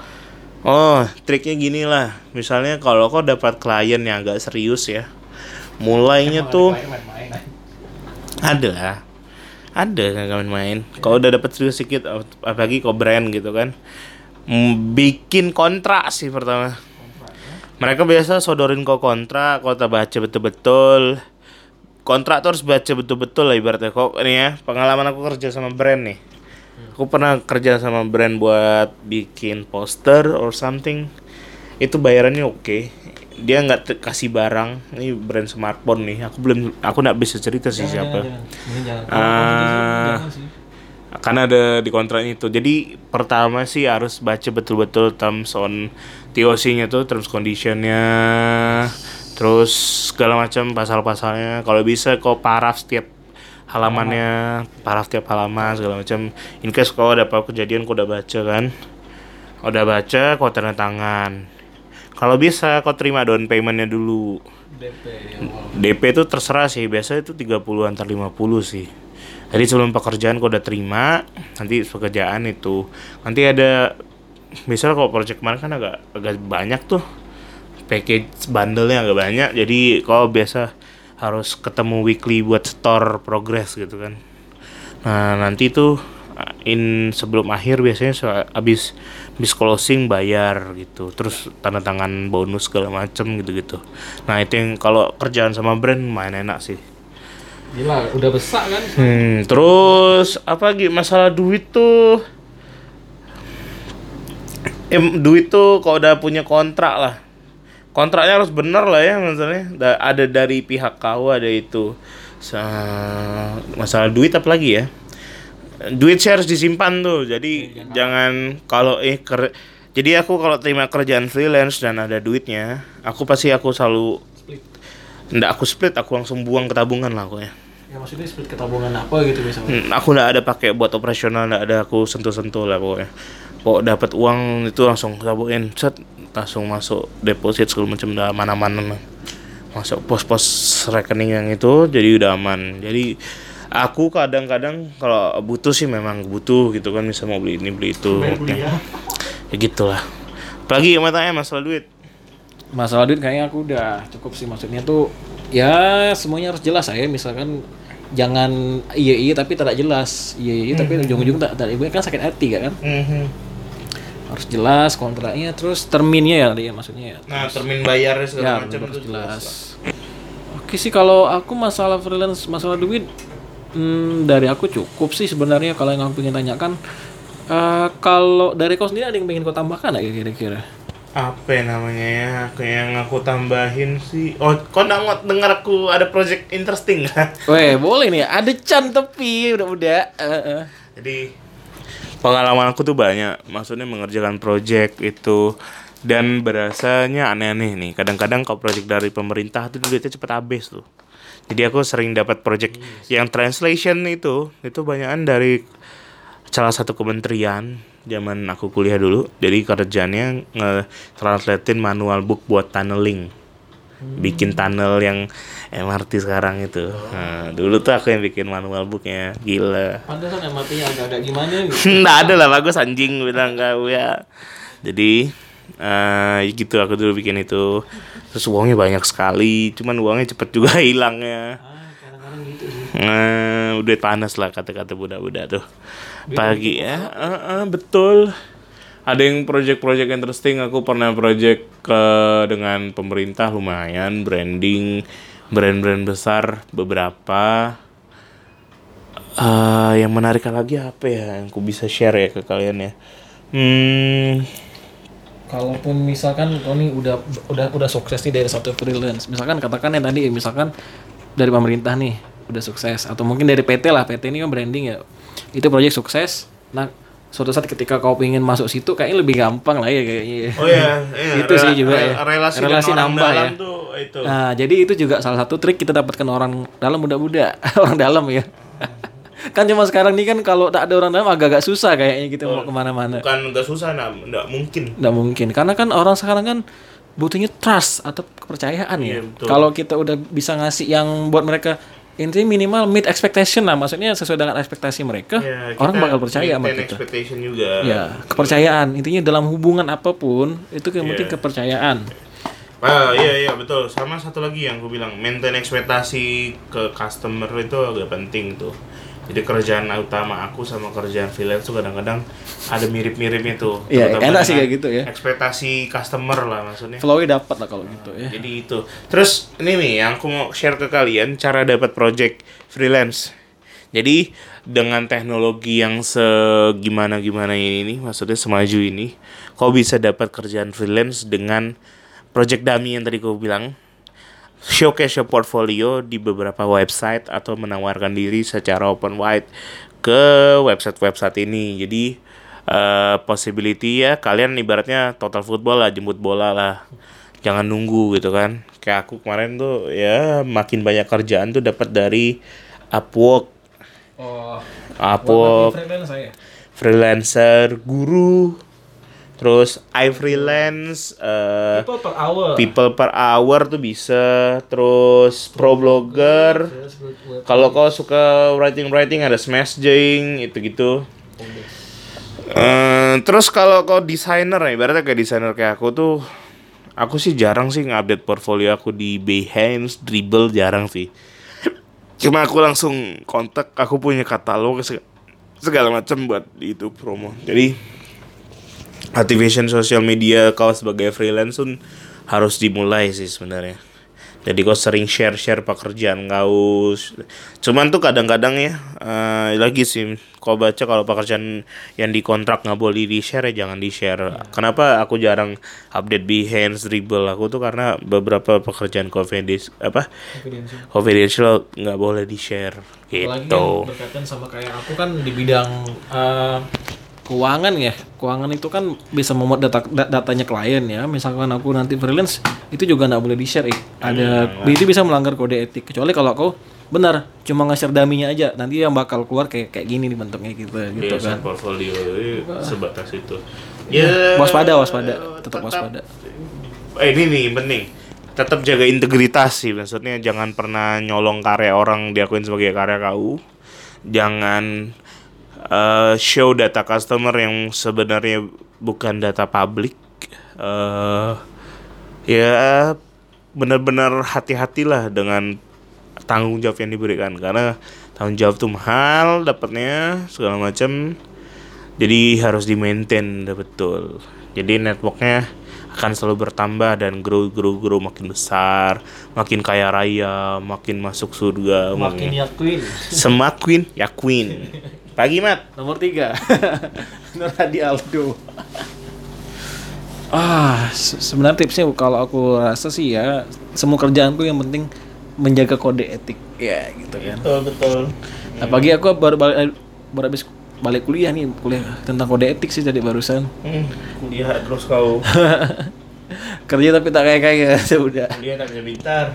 oh, triknya gini lah. Misalnya kalau kau dapat klien yang agak serius ya. Mulainya tuh Main-main. ada lah. Ada kan main-main. Kalau udah dapat serius sedikit apalagi kau brand gitu kan. M- Bikin kontrak sih pertama. Mereka biasa sodorin kau kontrak, kau tak baca betul-betul. Kontrak tuh harus baca betul-betul lah ibaratnya. Kok ini ya, pengalaman aku kerja sama brand nih. Aku pernah kerja sama brand buat bikin poster or something. Itu bayarannya oke. Dia nggak te- kasih barang. Ini brand smartphone nih. Aku belum, aku nggak bisa cerita sih siapa. Mending jangan. Ah. Jangan sih. Karena ada di kontraknya itu. Jadi pertama sih harus baca betul-betul terms on T O C-nya tuh, terms condition-nya, terus segala macam pasal-pasalnya. Kalau bisa kau paraf setiap halamannya, paraf setiap halaman segala macam. In case kau ada apa kejadian kau udah baca kan. Kau udah baca, kau tanda tangan. Kalau bisa kau terima down payment-nya dulu. D P ya. D P itu terserah sih, biasanya itu tiga puluh antar lima puluh sih. Jadi sebelum pekerjaan kau udah terima, nanti pekerjaan itu nanti ada misal kalau project kemarin kan agak agak banyak tuh package bundle-nya agak banyak, jadi kau biasa harus ketemu weekly buat store progress gitu kan. Nah nanti tuh in sebelum akhir biasanya so, abis abis closing bayar gitu, terus tanda tangan bonus segala macem gitu-gitu. Nah itu yang kalau kerjaan sama brand main enak sih. Gila, udah besar kan? Hmm, terus apa lagi masalah duit tuh? Eh, duit tuh kalau udah punya kontrak lah, kontraknya harus benar lah ya maksudnya. Da- ada dari pihak kau, ada itu. Sa- masalah duit apa lagi ya? Duit sih harus disimpan tuh. Jadi jangan kalau eh ker- jadi aku kalau terima kerjaan freelance dan ada duitnya, aku pasti aku selalu Split. nggak aku split, aku langsung buang ke tabungan lah aku ya. Ya maksudnya split ke tabungan apa gitu misalnya. Hmm, aku nggak ada pakai buat operasional, nggak ada aku sentuh-sentuh lah pokoknya. Pokok dapat uang itu langsung tabuin, set langsung masuk deposit segala macam, udah mana-mana lah. Masuk pos-pos rekening yang itu, jadi udah aman. Jadi aku kadang-kadang kalau butuh sih memang butuh gitu kan, bisa mau beli ini beli itu. Ya, ya gitulah. Apalagi yang matanya masalah duit. Masalah duit kayaknya aku udah cukup sih, maksudnya tuh ya semuanya harus jelas ya, misalkan jangan iya iya tapi tidak jelas, iya iya tapi ujung-ujung tak tak ibu kan sakit hati kan. Mm-hmm. Harus jelas kontraknya, terus terminnya ya dia maksudnya ya. Nah, termin bayar segala Ya, macam harus itu jelas. lah. Oke sih kalau aku masalah freelance, masalah duit hmm, dari aku cukup sih sebenarnya. Kalau yang aku pengen tanyakan, eh, kalau dari kau sendiri ada yang pengen kau tambahkan nggak kira-kira? Apa namanya ya? Kayak yang aku tambahin sih. Oh, kau nggak mau dengar aku ada project interesting nggak? Weh boleh nih, ada Chan tapi udah-udah. Uh, uh. Jadi pengalaman aku tuh banyak, maksudnya mengerjakan project itu dan berasanya aneh-aneh nih. Kadang-kadang kalau project dari pemerintah tuh duitnya cepet habis tuh. Jadi aku sering dapat project yang translation itu, itu banyakan dari salah satu kementerian zaman aku kuliah dulu. Jadi kerjanya nge-translatein manual book buat tunneling. Bikin tunnel yang M R T sekarang itu. Nah, dulu tuh aku yang bikin manual booknya. Gila. Pantesan M R T-nya agak-agak gimana gitu. Nggak ada lah, bagus anjing bilang kau ya. Jadi uh, gitu aku dulu bikin itu. Terus uangnya banyak sekali, cuman uangnya cepet juga hilangnya. Ah, kadang-kadang gitu sih. Nah, udah panas lah kata-kata budak-budak tuh. Pagi ya, uh, uh, betul. Ada yang project-project interesting. Aku pernah project ke dengan pemerintah lumayan, branding, brand-brand besar beberapa. Uh, yang menarik lagi apa ya yang aku bisa share ya ke kalian ya? Hmm, Kalaupun misalkan kau nih udah udah udah sukses nih dari satu freelance, misalkan katakan yang tadi misalkan dari pemerintah nih udah sukses, atau mungkin dari P T lah, P T ini kan branding ya, itu proyek sukses. Nah suatu saat ketika kau pengen masuk situ kayaknya lebih gampang lah ya kayaknya. oh ya, iya, itu sih juga ya. Relasi, relasi dan orang nambah dalam ya. Tuh, itu. Nah jadi itu juga salah satu trik kita dapatkan orang dalam muda-muda, orang dalam ya. Kan cuma sekarang nih kan kalau tak ada orang dalam agak-agak susah kayaknya gitu mau kemana-mana. Bukan nggak susah, nah, nggak mungkin. Nggak mungkin, karena kan orang sekarang kan butuhnya trust atau kepercayaan ya. Iya, betul. Kalau kita udah bisa ngasih yang buat mereka, intinya minimal meet expectation lah, maksudnya sesuai dengan ekspektasi mereka, Ya, orang kita bakal percaya sama maintain kita. expectation juga. Ya, kepercayaan. Intinya dalam hubungan apapun itu yang penting Iya. kepercayaan. Ah iya iya betul. Sama satu lagi yang aku bilang, maintain ekspektasi ke customer itu agak penting tuh. Jadi kerjaan utama aku sama kerjaan freelance tuh kadang-kadang ada mirip-miripnya tuh. Iya, Terutama enak sih dengan kayak gitu ya. Ekspektasi customer lah maksudnya. Flow-nya dapat lah kalau gitu ya. Jadi itu. Terus ini nih yang aku mau share ke kalian cara dapat project freelance. Jadi dengan teknologi yang segimana-gimana ini nih, maksudnya semaju ini, kau bisa dapat kerjaan freelance dengan project dummy yang tadi kau bilang. Showcase your portfolio di beberapa website atau menawarkan diri secara open wide ke website-website ini. Jadi uh, possibility ya kalian ibaratnya total football lah, jemput bola lah. Jangan nunggu gitu kan. Kayak aku kemarin tuh ya makin banyak kerjaan tuh dapat dari Upwork, Oh, Upwork, freelance saya. freelancer, guru, terus iFreelance, uh, People per hour. people per hour tuh bisa, terus pro blogger. Kalau kau suka writing writing ada Smashing itu gitu. Uh, terus kalau kau desainer ya, ibaratnya kayak desainer kayak aku tuh, aku sih jarang sih ngupdate portfolio aku di Behance, Dribbble jarang sih. Cuma aku langsung kontak, aku punya katalog segala macam buat itu promo. Jadi activation sosial media kau sebagai freelance pun harus dimulai sih sebenarnya. Jadi kau sering share-share pekerjaan kau. Cuman tuh kadang-kadang ya uh, lagi sih kau baca kalau pekerjaan yang dikontrak nggak boleh di-share ya jangan di-share. Ya. Kenapa aku jarang update Behance, Dribble aku tuh karena beberapa pekerjaan confidential apa? Confidential nggak boleh di-share gitu. Apalagi kan berkaitan sama kayak aku kan di bidang uh, keuangan ya, keuangan itu kan bisa memuat data datanya klien ya. Misalkan aku nanti freelance, itu juga nggak boleh di share. Eh. Ada, hmm, itu bisa melanggar kode etik. Kecuali kalau aku benar cuma nge-share daminya aja, nanti yang bakal keluar kayak kayak gini nih bentuknya gitu, gitu kan. Portfolio sebatas itu. Ya, waspada, waspada, tetap waspada. Eh, ini nih penting. Tetap jaga integritas sih, maksudnya jangan pernah nyolong karya orang diakuin sebagai karya kau. Jangan Uh, show data customer yang sebenarnya bukan data publik. Uh, ya benar-benar hati-hatilah dengan tanggung jawab yang diberikan karena tanggung jawab tuh mahal dapatnya segala macam. Jadi harus di-maintain betul. Jadi networknya akan selalu bertambah dan grow grow grow makin besar, makin kaya raya, makin masuk surga, makin yakin. Semakin yakin. Pagi Mat. Nomor tiga Nur Hadi Aldo. Ah, se- sebenarnya tipsnya kalau aku rasa sih ya semua kerjaanku yang penting menjaga kode etik ya gitu kan. Betul betul. Nah, pagi aku baru balik baru habis balik kuliah nih, kuliah tentang kode etik sih tadi barusan. Hmm, kuliah terus kau. Kerja tapi tak kayak-kayak sudah. Kuliah tak pintar.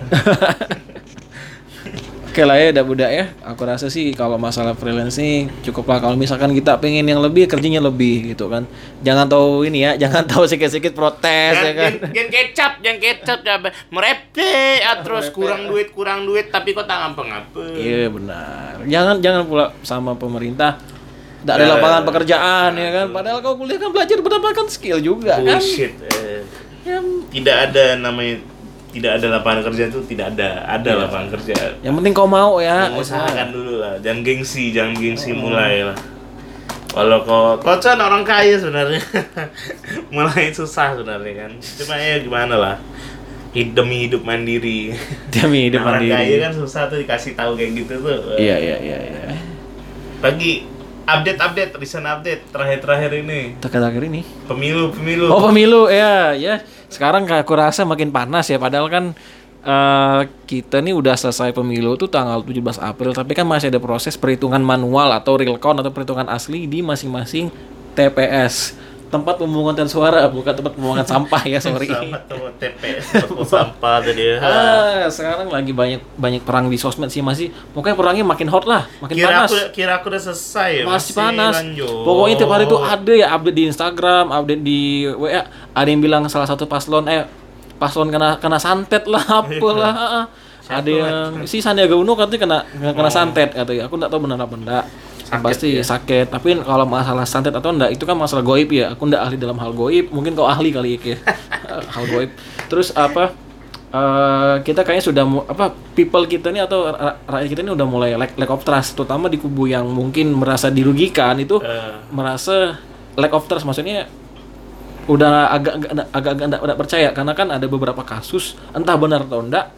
Oke lah ya, udah budak ya. Aku rasa sih kalau masalah freelance nih cukup lah. Kalau misalkan kita pengen yang lebih, kerjanya lebih gitu kan. Jangan tahu ini ya, jangan tahu sikit-sikit protes ya kan. Jangan kecap, jangan kecap, jangan merepe, ah, terus kurang duit, kurang duit, tapi kok tak ngapa-ngapa. Iya benar. Jangan jangan pula sama pemerintah. Tak ada lapangan pekerjaan ya kan. Padahal kau kuliah kan belajar mendapatkan skill juga kan. Bullshit. Eh. Tidak ada namanya. Tidak ada lapangan kerja itu tidak ada, ada ya. Lapangan kerja. Yang penting kau mau ya. Usahakan dulu lah, jangan gengsi, jangan gengsi oh. mulai lah. Kalau kau, kau kan orang kaya sebenarnya, mulai susah sebenarnya kan. Cuma ya gimana lah, hidup demi hidup mandiri. Demi hidup nah, mandiri. Orang kaya kan susah tuh dikasih tahu kayak gitu tuh. Iya iya iya. iya. Pagi update-update, recent update terakhir-terakhir ini. Terakhir ini. Pemilu, pemilu. Oh pemilu ya, ya. Sekarang aku rasa makin panas ya, padahal kan uh, kita nih udah selesai pemilu tuh tanggal tujuh belas April, tapi kan masih ada proses perhitungan manual atau real count atau perhitungan asli di masing-masing T P S. Tempat pemungutan suara, bukan tempat pemungutan sampah ya, sorry. Sama tempat T P S, tempat sampah tadi ya. Ah, sekarang lagi banyak banyak perang di sosmed sih masih. Pokoknya perangnya makin hot lah, makin kira panas. Aku, kira aku udah selesai ya. Masih, masih panas. Lanjut. Pokoknya tiap hari tuh ada ya update di Instagram, update di W A. Ada yang bilang salah satu paslon eh paslon kena kena santet lah, apalah. Ada yang si Sandiaga Uno katanya kena kena oh. santet katanya. Aku enggak tahu benar apa enggak. Sakit, pasti ya. sakit. Tapi kalau masalah santet atau enggak itu kan masalah goib ya. Aku enggak ahli dalam hal goib. Mungkin kau ahli kali ya. Hal goib. Terus apa? Uh, kita kayaknya sudah apa? People kita ini atau rakyat kita ini udah mulai lack, lack of trust, terutama di kubu yang mungkin merasa dirugikan itu uh. merasa lack of trust. Maksudnya udah agak agak agak enggak percaya karena kan ada beberapa kasus entah benar atau enggak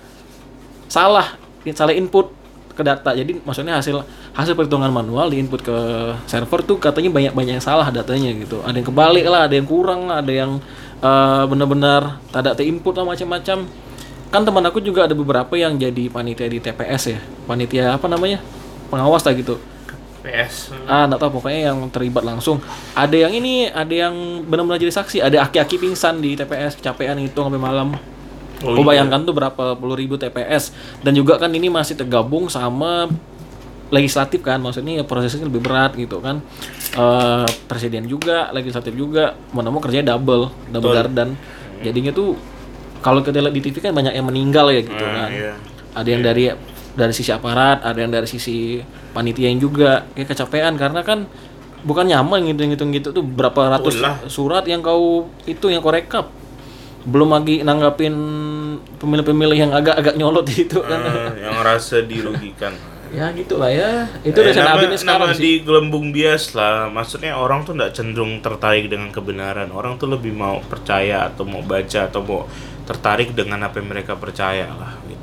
salah salah input ke data. Jadi maksudnya hasil hasil perhitungan manual diinput ke server tuh katanya banyak-banyak yang salah datanya gitu. Ada yang kebalik lah, ada yang kurang lah, ada yang uh, benar-benar tidak terinput lah macam-macam. Kan teman aku juga ada beberapa yang jadi panitia di T P S ya. Panitia apa namanya? Pengawas lah gitu. T P S. Ah, enggak tahu pokoknya yang terlibat langsung. Ada yang ini, ada yang benar-benar jadi saksi, ada aki-aki pingsan di T P S, kecapean itu sampai malam. Oh, Kau bayangkan iya. tuh berapa puluh ribu T P S. Dan juga kan ini masih tergabung sama legislatif kan, maksudnya prosesnya lebih berat gitu kan. Uh, presiden juga, legislatif juga, mau-mau kerjanya double, double gardan. Hmm. Jadinya tuh kalau kita lihat di T V kan banyak yang meninggal ya gitu hmm, kan. Iya. Ada yang iya. dari dari sisi aparat, ada yang dari sisi panitia yang juga kayak kecapean karena kan bukan nyaman ngitung-ngitung gitu tuh berapa ratus Ulah. surat yang kau itu yang kau rekap. Belum lagi nanggapin pemilih-pemilih yang agak-agak nyolot itu kan. Uh, yang rasa dirugikan. Ya gitulah ya. Itu udah saya update sekarang sih. Nama di gelembung bias lah. Maksudnya orang tuh enggak cenderung tertarik dengan kebenaran. Orang tuh lebih mau percaya atau mau baca atau mau tertarik dengan apa yang mereka percaya lah gitu.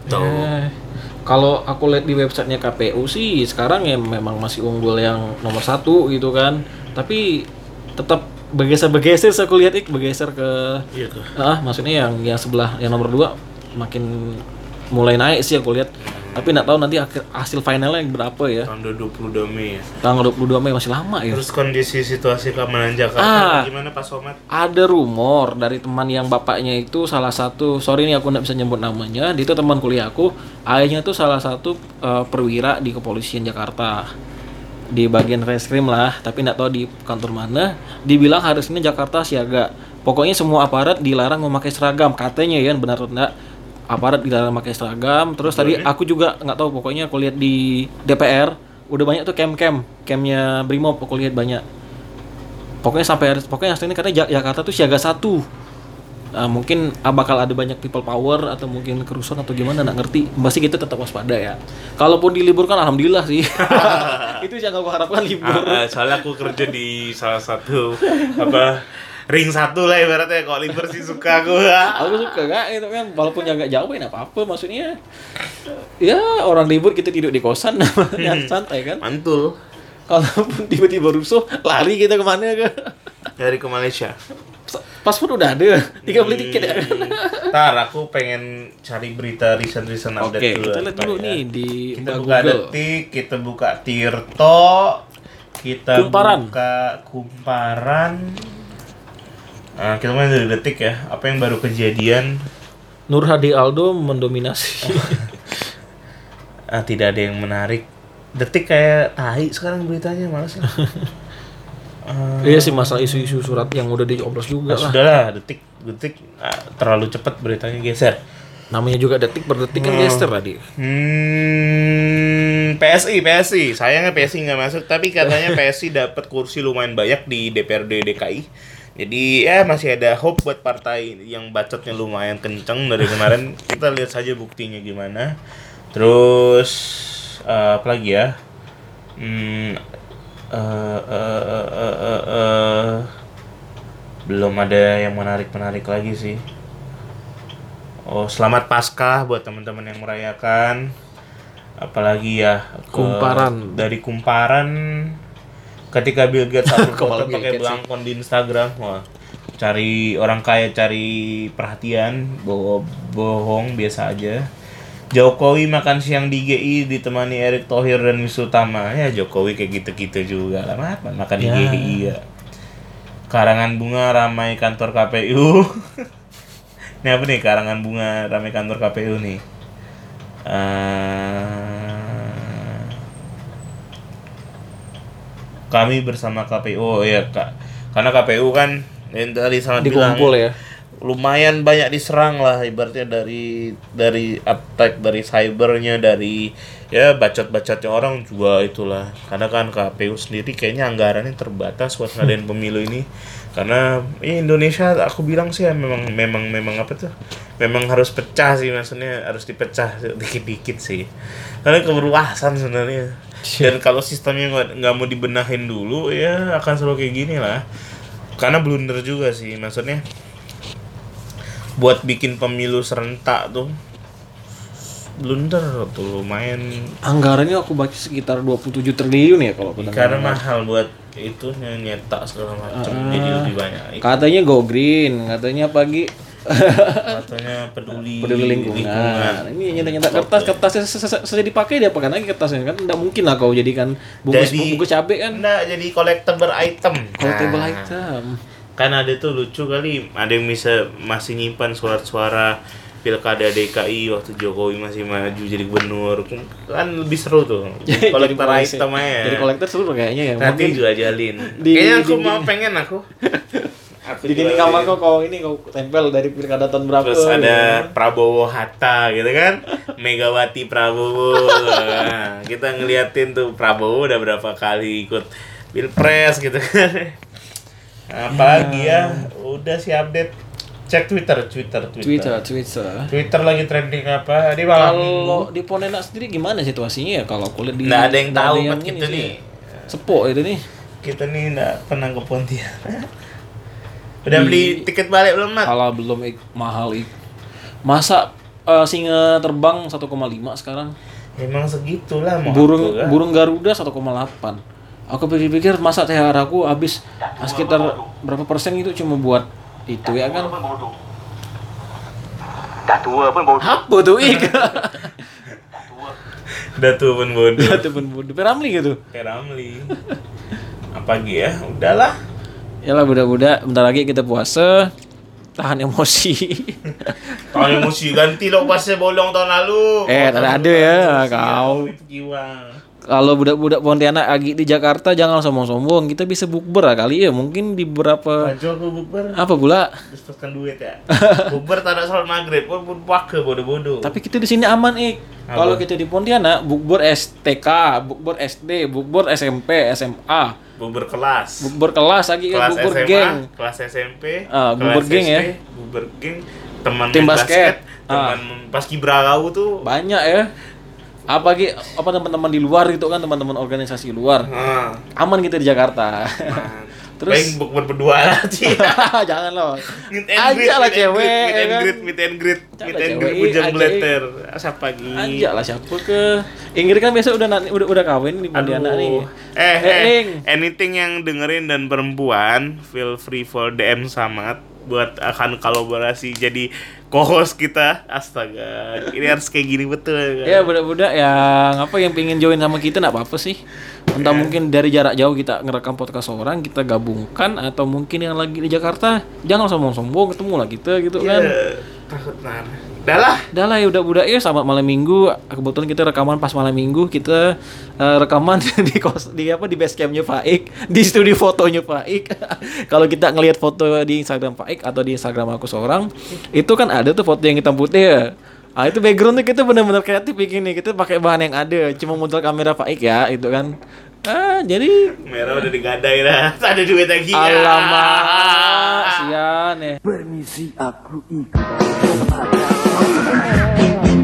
gitu. Eh, kalau aku lihat di websitenya K P U sih sekarang ya memang masih unggul yang nomor satu gitu kan. Tapi tetap bergeser-bergeser saya lihat ik bergeser ke Iya tuh. ah maksudnya yang yang sebelah yang nomor dua makin mulai naik sih aku lihat. Tapi nggak tahu nanti akhir, hasil finalnya berapa ya. Tanggal dua puluh dua Mei ya. Tanggal dua puluh dua Mei masih lama ya. Terus kondisi situasi keamanan Jakarta Ah. gimana Pak Somad? Ada rumor dari teman yang bapaknya itu salah satu, sorry nih aku nggak bisa nyebut namanya, dia itu teman kuliah aku, ayahnya itu salah satu uh, perwira di kepolisian Jakarta, di bagian reskrim lah, tapi nggak tahu di kantor mana. Dibilang hari ini Jakarta siaga, pokoknya semua aparat dilarang memakai seragam, katanya ya, benar atau enggak? Aparat dilarang memakai seragam. Terus tadi aku juga nggak tahu, pokoknya aku lihat di D P R udah banyak tuh camp-camp, campnya Brimob aku lihat banyak. Pokoknya sampai pokoknya aslinya katanya Jakarta tuh siaga satu. Nah, mungkin ah, bakal ada banyak people power atau mungkin kerusuhan atau gimana nggak ngerti. Pasti kita tetap waspada ya. Kalaupun diliburkan alhamdulillah sih. Itu yang aku harapkan libur. Ah, ah, soalnya aku kerja di salah satu apa ring satu lah ibaratnya, kalau libur sih suka aku. Aku suka gak itu kan, walaupun agak jauh ya apa-apa, maksudnya ya orang libur kita tidur di kosan namanya santai kan. Mantul. Kalaupun tiba-tiba rusuh lari kita kemana ke? Dari ke Malaysia. Paspor udah ada, tinggal beli tiket ya. Ntar aku pengen cari berita recent-recent update Oke, dulu. kita lihat Pak, dulu ya. nih di Kita Mbak buka Google. Detik, kita buka Tirto, kita Kumparan. buka Kumparan. Nah, kita mulai dari Detik ya. Apa yang baru kejadian? Nur Hadi Aldo mendominasi. Ah, tidak ada yang menarik. Detik kayak tahi sekarang beritanya, malas lah. Ah, Iya sih, masalah isu-isu surat yang udah diobros juga nah, lah. sudahlah, Detik, Detik ah, terlalu cepat beritanya geser. Namanya juga detik per detik kan Hmm. geser tadi. Hmm, P S I, P S I. Sayangnya P S I nggak masuk, tapi katanya P S I dapat kursi lumayan banyak di D P R D D K I. Jadi ya masih ada hope buat partai yang bacotnya lumayan kenceng dari kemarin. Kita lihat saja buktinya gimana. Terus uh, apa lagi ya? Hmm, uh, uh, uh, uh, uh, uh, belum ada yang menarik-menarik lagi sih. Oh, selamat Paskah buat teman-teman yang merayakan. Apalagi ya ke- Kumparan. dari Kumparan. Ketika Bill Gates upload Kepala foto Bill pakai Gates belangkon di Instagram, wah, cari orang kaya cari perhatian, bo bohong biasa aja. Jokowi makan siang di G I ditemani Erick Thohir dan Wisutama. Ya Jokowi kayak gitu-gitu juga lah, makan makan di Ya. G I ya. Karangan bunga ramai kantor K P U. Ini apa nih, karangan bunga ramai kantor K P U nih. Uh, kami bersama K P U, oh ya kak, karena K P U kan yang tadi sangat bilang Dikumpul ya. lumayan banyak diserang lah, ibaratnya dari dari attack, dari cybernya, dari ya bacot-bacotnya orang juga itulah. Karena kan K P U sendiri kayaknya anggarannya terbatas buat ngadain pemilu ini. Karena ya Indonesia aku bilang sih ya, memang memang memang apa tuh? Memang harus pecah sih, maksudnya harus dipecah dikit-dikit sih. Karena keberwasan sebenarnya. Dan kalau sistemnya nggak nggak mau dibenahin dulu ya akan selalu kayak gini lah. Karena blunder juga sih, maksudnya buat bikin pemilu serentak tuh blunder tuh lumayan. Anggarannya aku baca sekitar dua puluh tujuh triliun ya kalau aku Karena dengar. mahal buat itu nyetak segala macam, Ah. jadi lebih banyak. Katanya go green, katanya pagi Katanya peduli, peduli lingkungan. Ini nyetak-nyetak kertas, kertasnya selesai dipakai dia pakai lagi kertasnya kan tidak mungkin lah kau jadikan bungkus Jadi- bungkus cabai kan. Nah, jadi collectible item. Collectible Nah, item. Kan ada tuh lucu kali, ada yang bisa masih nyimpan surat-suara pilkada D K I waktu Jokowi masih maju jadi gubernur, kan lebih seru tuh. Kolektor koleksi. item aja. Jadi kolektor seru kayaknya ya. Nanti Mungkin juga jalin. di- Kayaknya aku di- mau pengen aku. Aku di dinding jualin. kamar kau kau ini kau tempel dari pilkada tahun berapa? Terus ada gitu. Prabowo Hatta gitu kan, Megawati Prabowo. Nah, kita ngeliatin tuh Prabowo udah berapa kali ikut pilpres gitu kan. Apalagi ya, udah sih update. Cek Twitter, Twitter, Twitter. Twitter, Twitter. Twitter lagi trending apa? Di malam minggu. Kalau di Pontianak sendiri gimana situasinya ya kalau kuliah di Nggak ada yang nggak tahu ada buat ini kita sih. nih. Sepok itu nih. Kita nih nggak pernah ke Pontianak. Udah Di- beli tiket balik belum, Mat? Kalau belum ik, mahal ik. Masa uh, singa terbang satu koma lima sekarang. Memang segitulah mau Burung aku, kan? burung Garuda satu koma delapan. Aku pikir-pikir masa T H R aku habis sekitar berapa persen itu cuma buat itu ya kan. Dah tua pun bodoh. Apa tuh ik? Udah tuh pun bodoh. Itu pun bodoh. Peramli gitu. Kayak Ramli. Apa lagi ya? Udahlah. Yalah budak-budak, bentar lagi kita puasa. Tahan emosi. Tahun emosi ganti lo pasnya bolong tahun lalu. Eh, ada ada ya kau. Jiwa. Kalau budak-budak Pontianak lagi di Jakarta jangan sombong-sombong. Kita bisa bukber lah kali ya. Mungkin di beberapa Maju aku bukber. apa pula? Teruskan duit ya. Bukber tak ada sholat maghrib. Pun pun puaka bodoh-bodoh. Tapi kita di sini aman ik. Apa? Kalau kita di Pontianak, bukber S T K, bukber S D, bukber S M P, S M A, Bukber kelas. bukber kelas lagi ya, Kelas bukber S M A, geng. kelas S M P, Ah, kelas bukber geng S D, ya. bukber geng, teman Tim main basket. teman pas kibra kau tuh. Banyak ya. Apa lagi apa teman-teman di luar gitu kan, teman-teman organisasi luar. Ah, Aman kita di Jakarta. man. Terus- Baik bukber berdua lah sih. Jangan loh. Meet and greet, Ajak lah meet and cewek. greet, meet ya and kan? greet, meet and greet, Ajak meet lah and cewek, greet bujang ajak. blatter. Asap pagi. Ajak lah siapa ke Ingrid kan biasa udah nanti udah udah kawin di Pontianak nih. Eh, Eh, eh, Ing. anything yang dengerin dan perempuan, feel free for D M Samad buat akan kolaborasi jadi co-host kita. Astaga, ini harus kayak gini betul. Kan? Ya budak-budak yang apa yang pengen join sama kita enggak apa-apa sih. Entah mungkin dari jarak jauh kita ngerekam podcast orang, kita gabungkan atau mungkin yang lagi di Jakarta jangan sombong-sombong ketemu lah kita gitu kan. Ya, takut nar. Dah lah. Udah lah ya udah-udah ya selamat malam minggu. Kebetulan kita rekaman pas malam minggu, kita eh, rekaman di kos di apa di base campnya Faik, di studio fotonya Faik. Kalau kita ngelihat foto di Instagram Faik atau di Instagram aku seorang, itu kan ada tuh foto yang hitam putih ya. Ah itu backgroundnya kita benar-benar kreatif bikin nih. Kita pakai bahan yang ada, cuma modal kamera Faik ya, itu kan. Ah jadi Merah udah digadai dah. Tak ada duit lagi. alamak sian ya. Permisi aku ikut.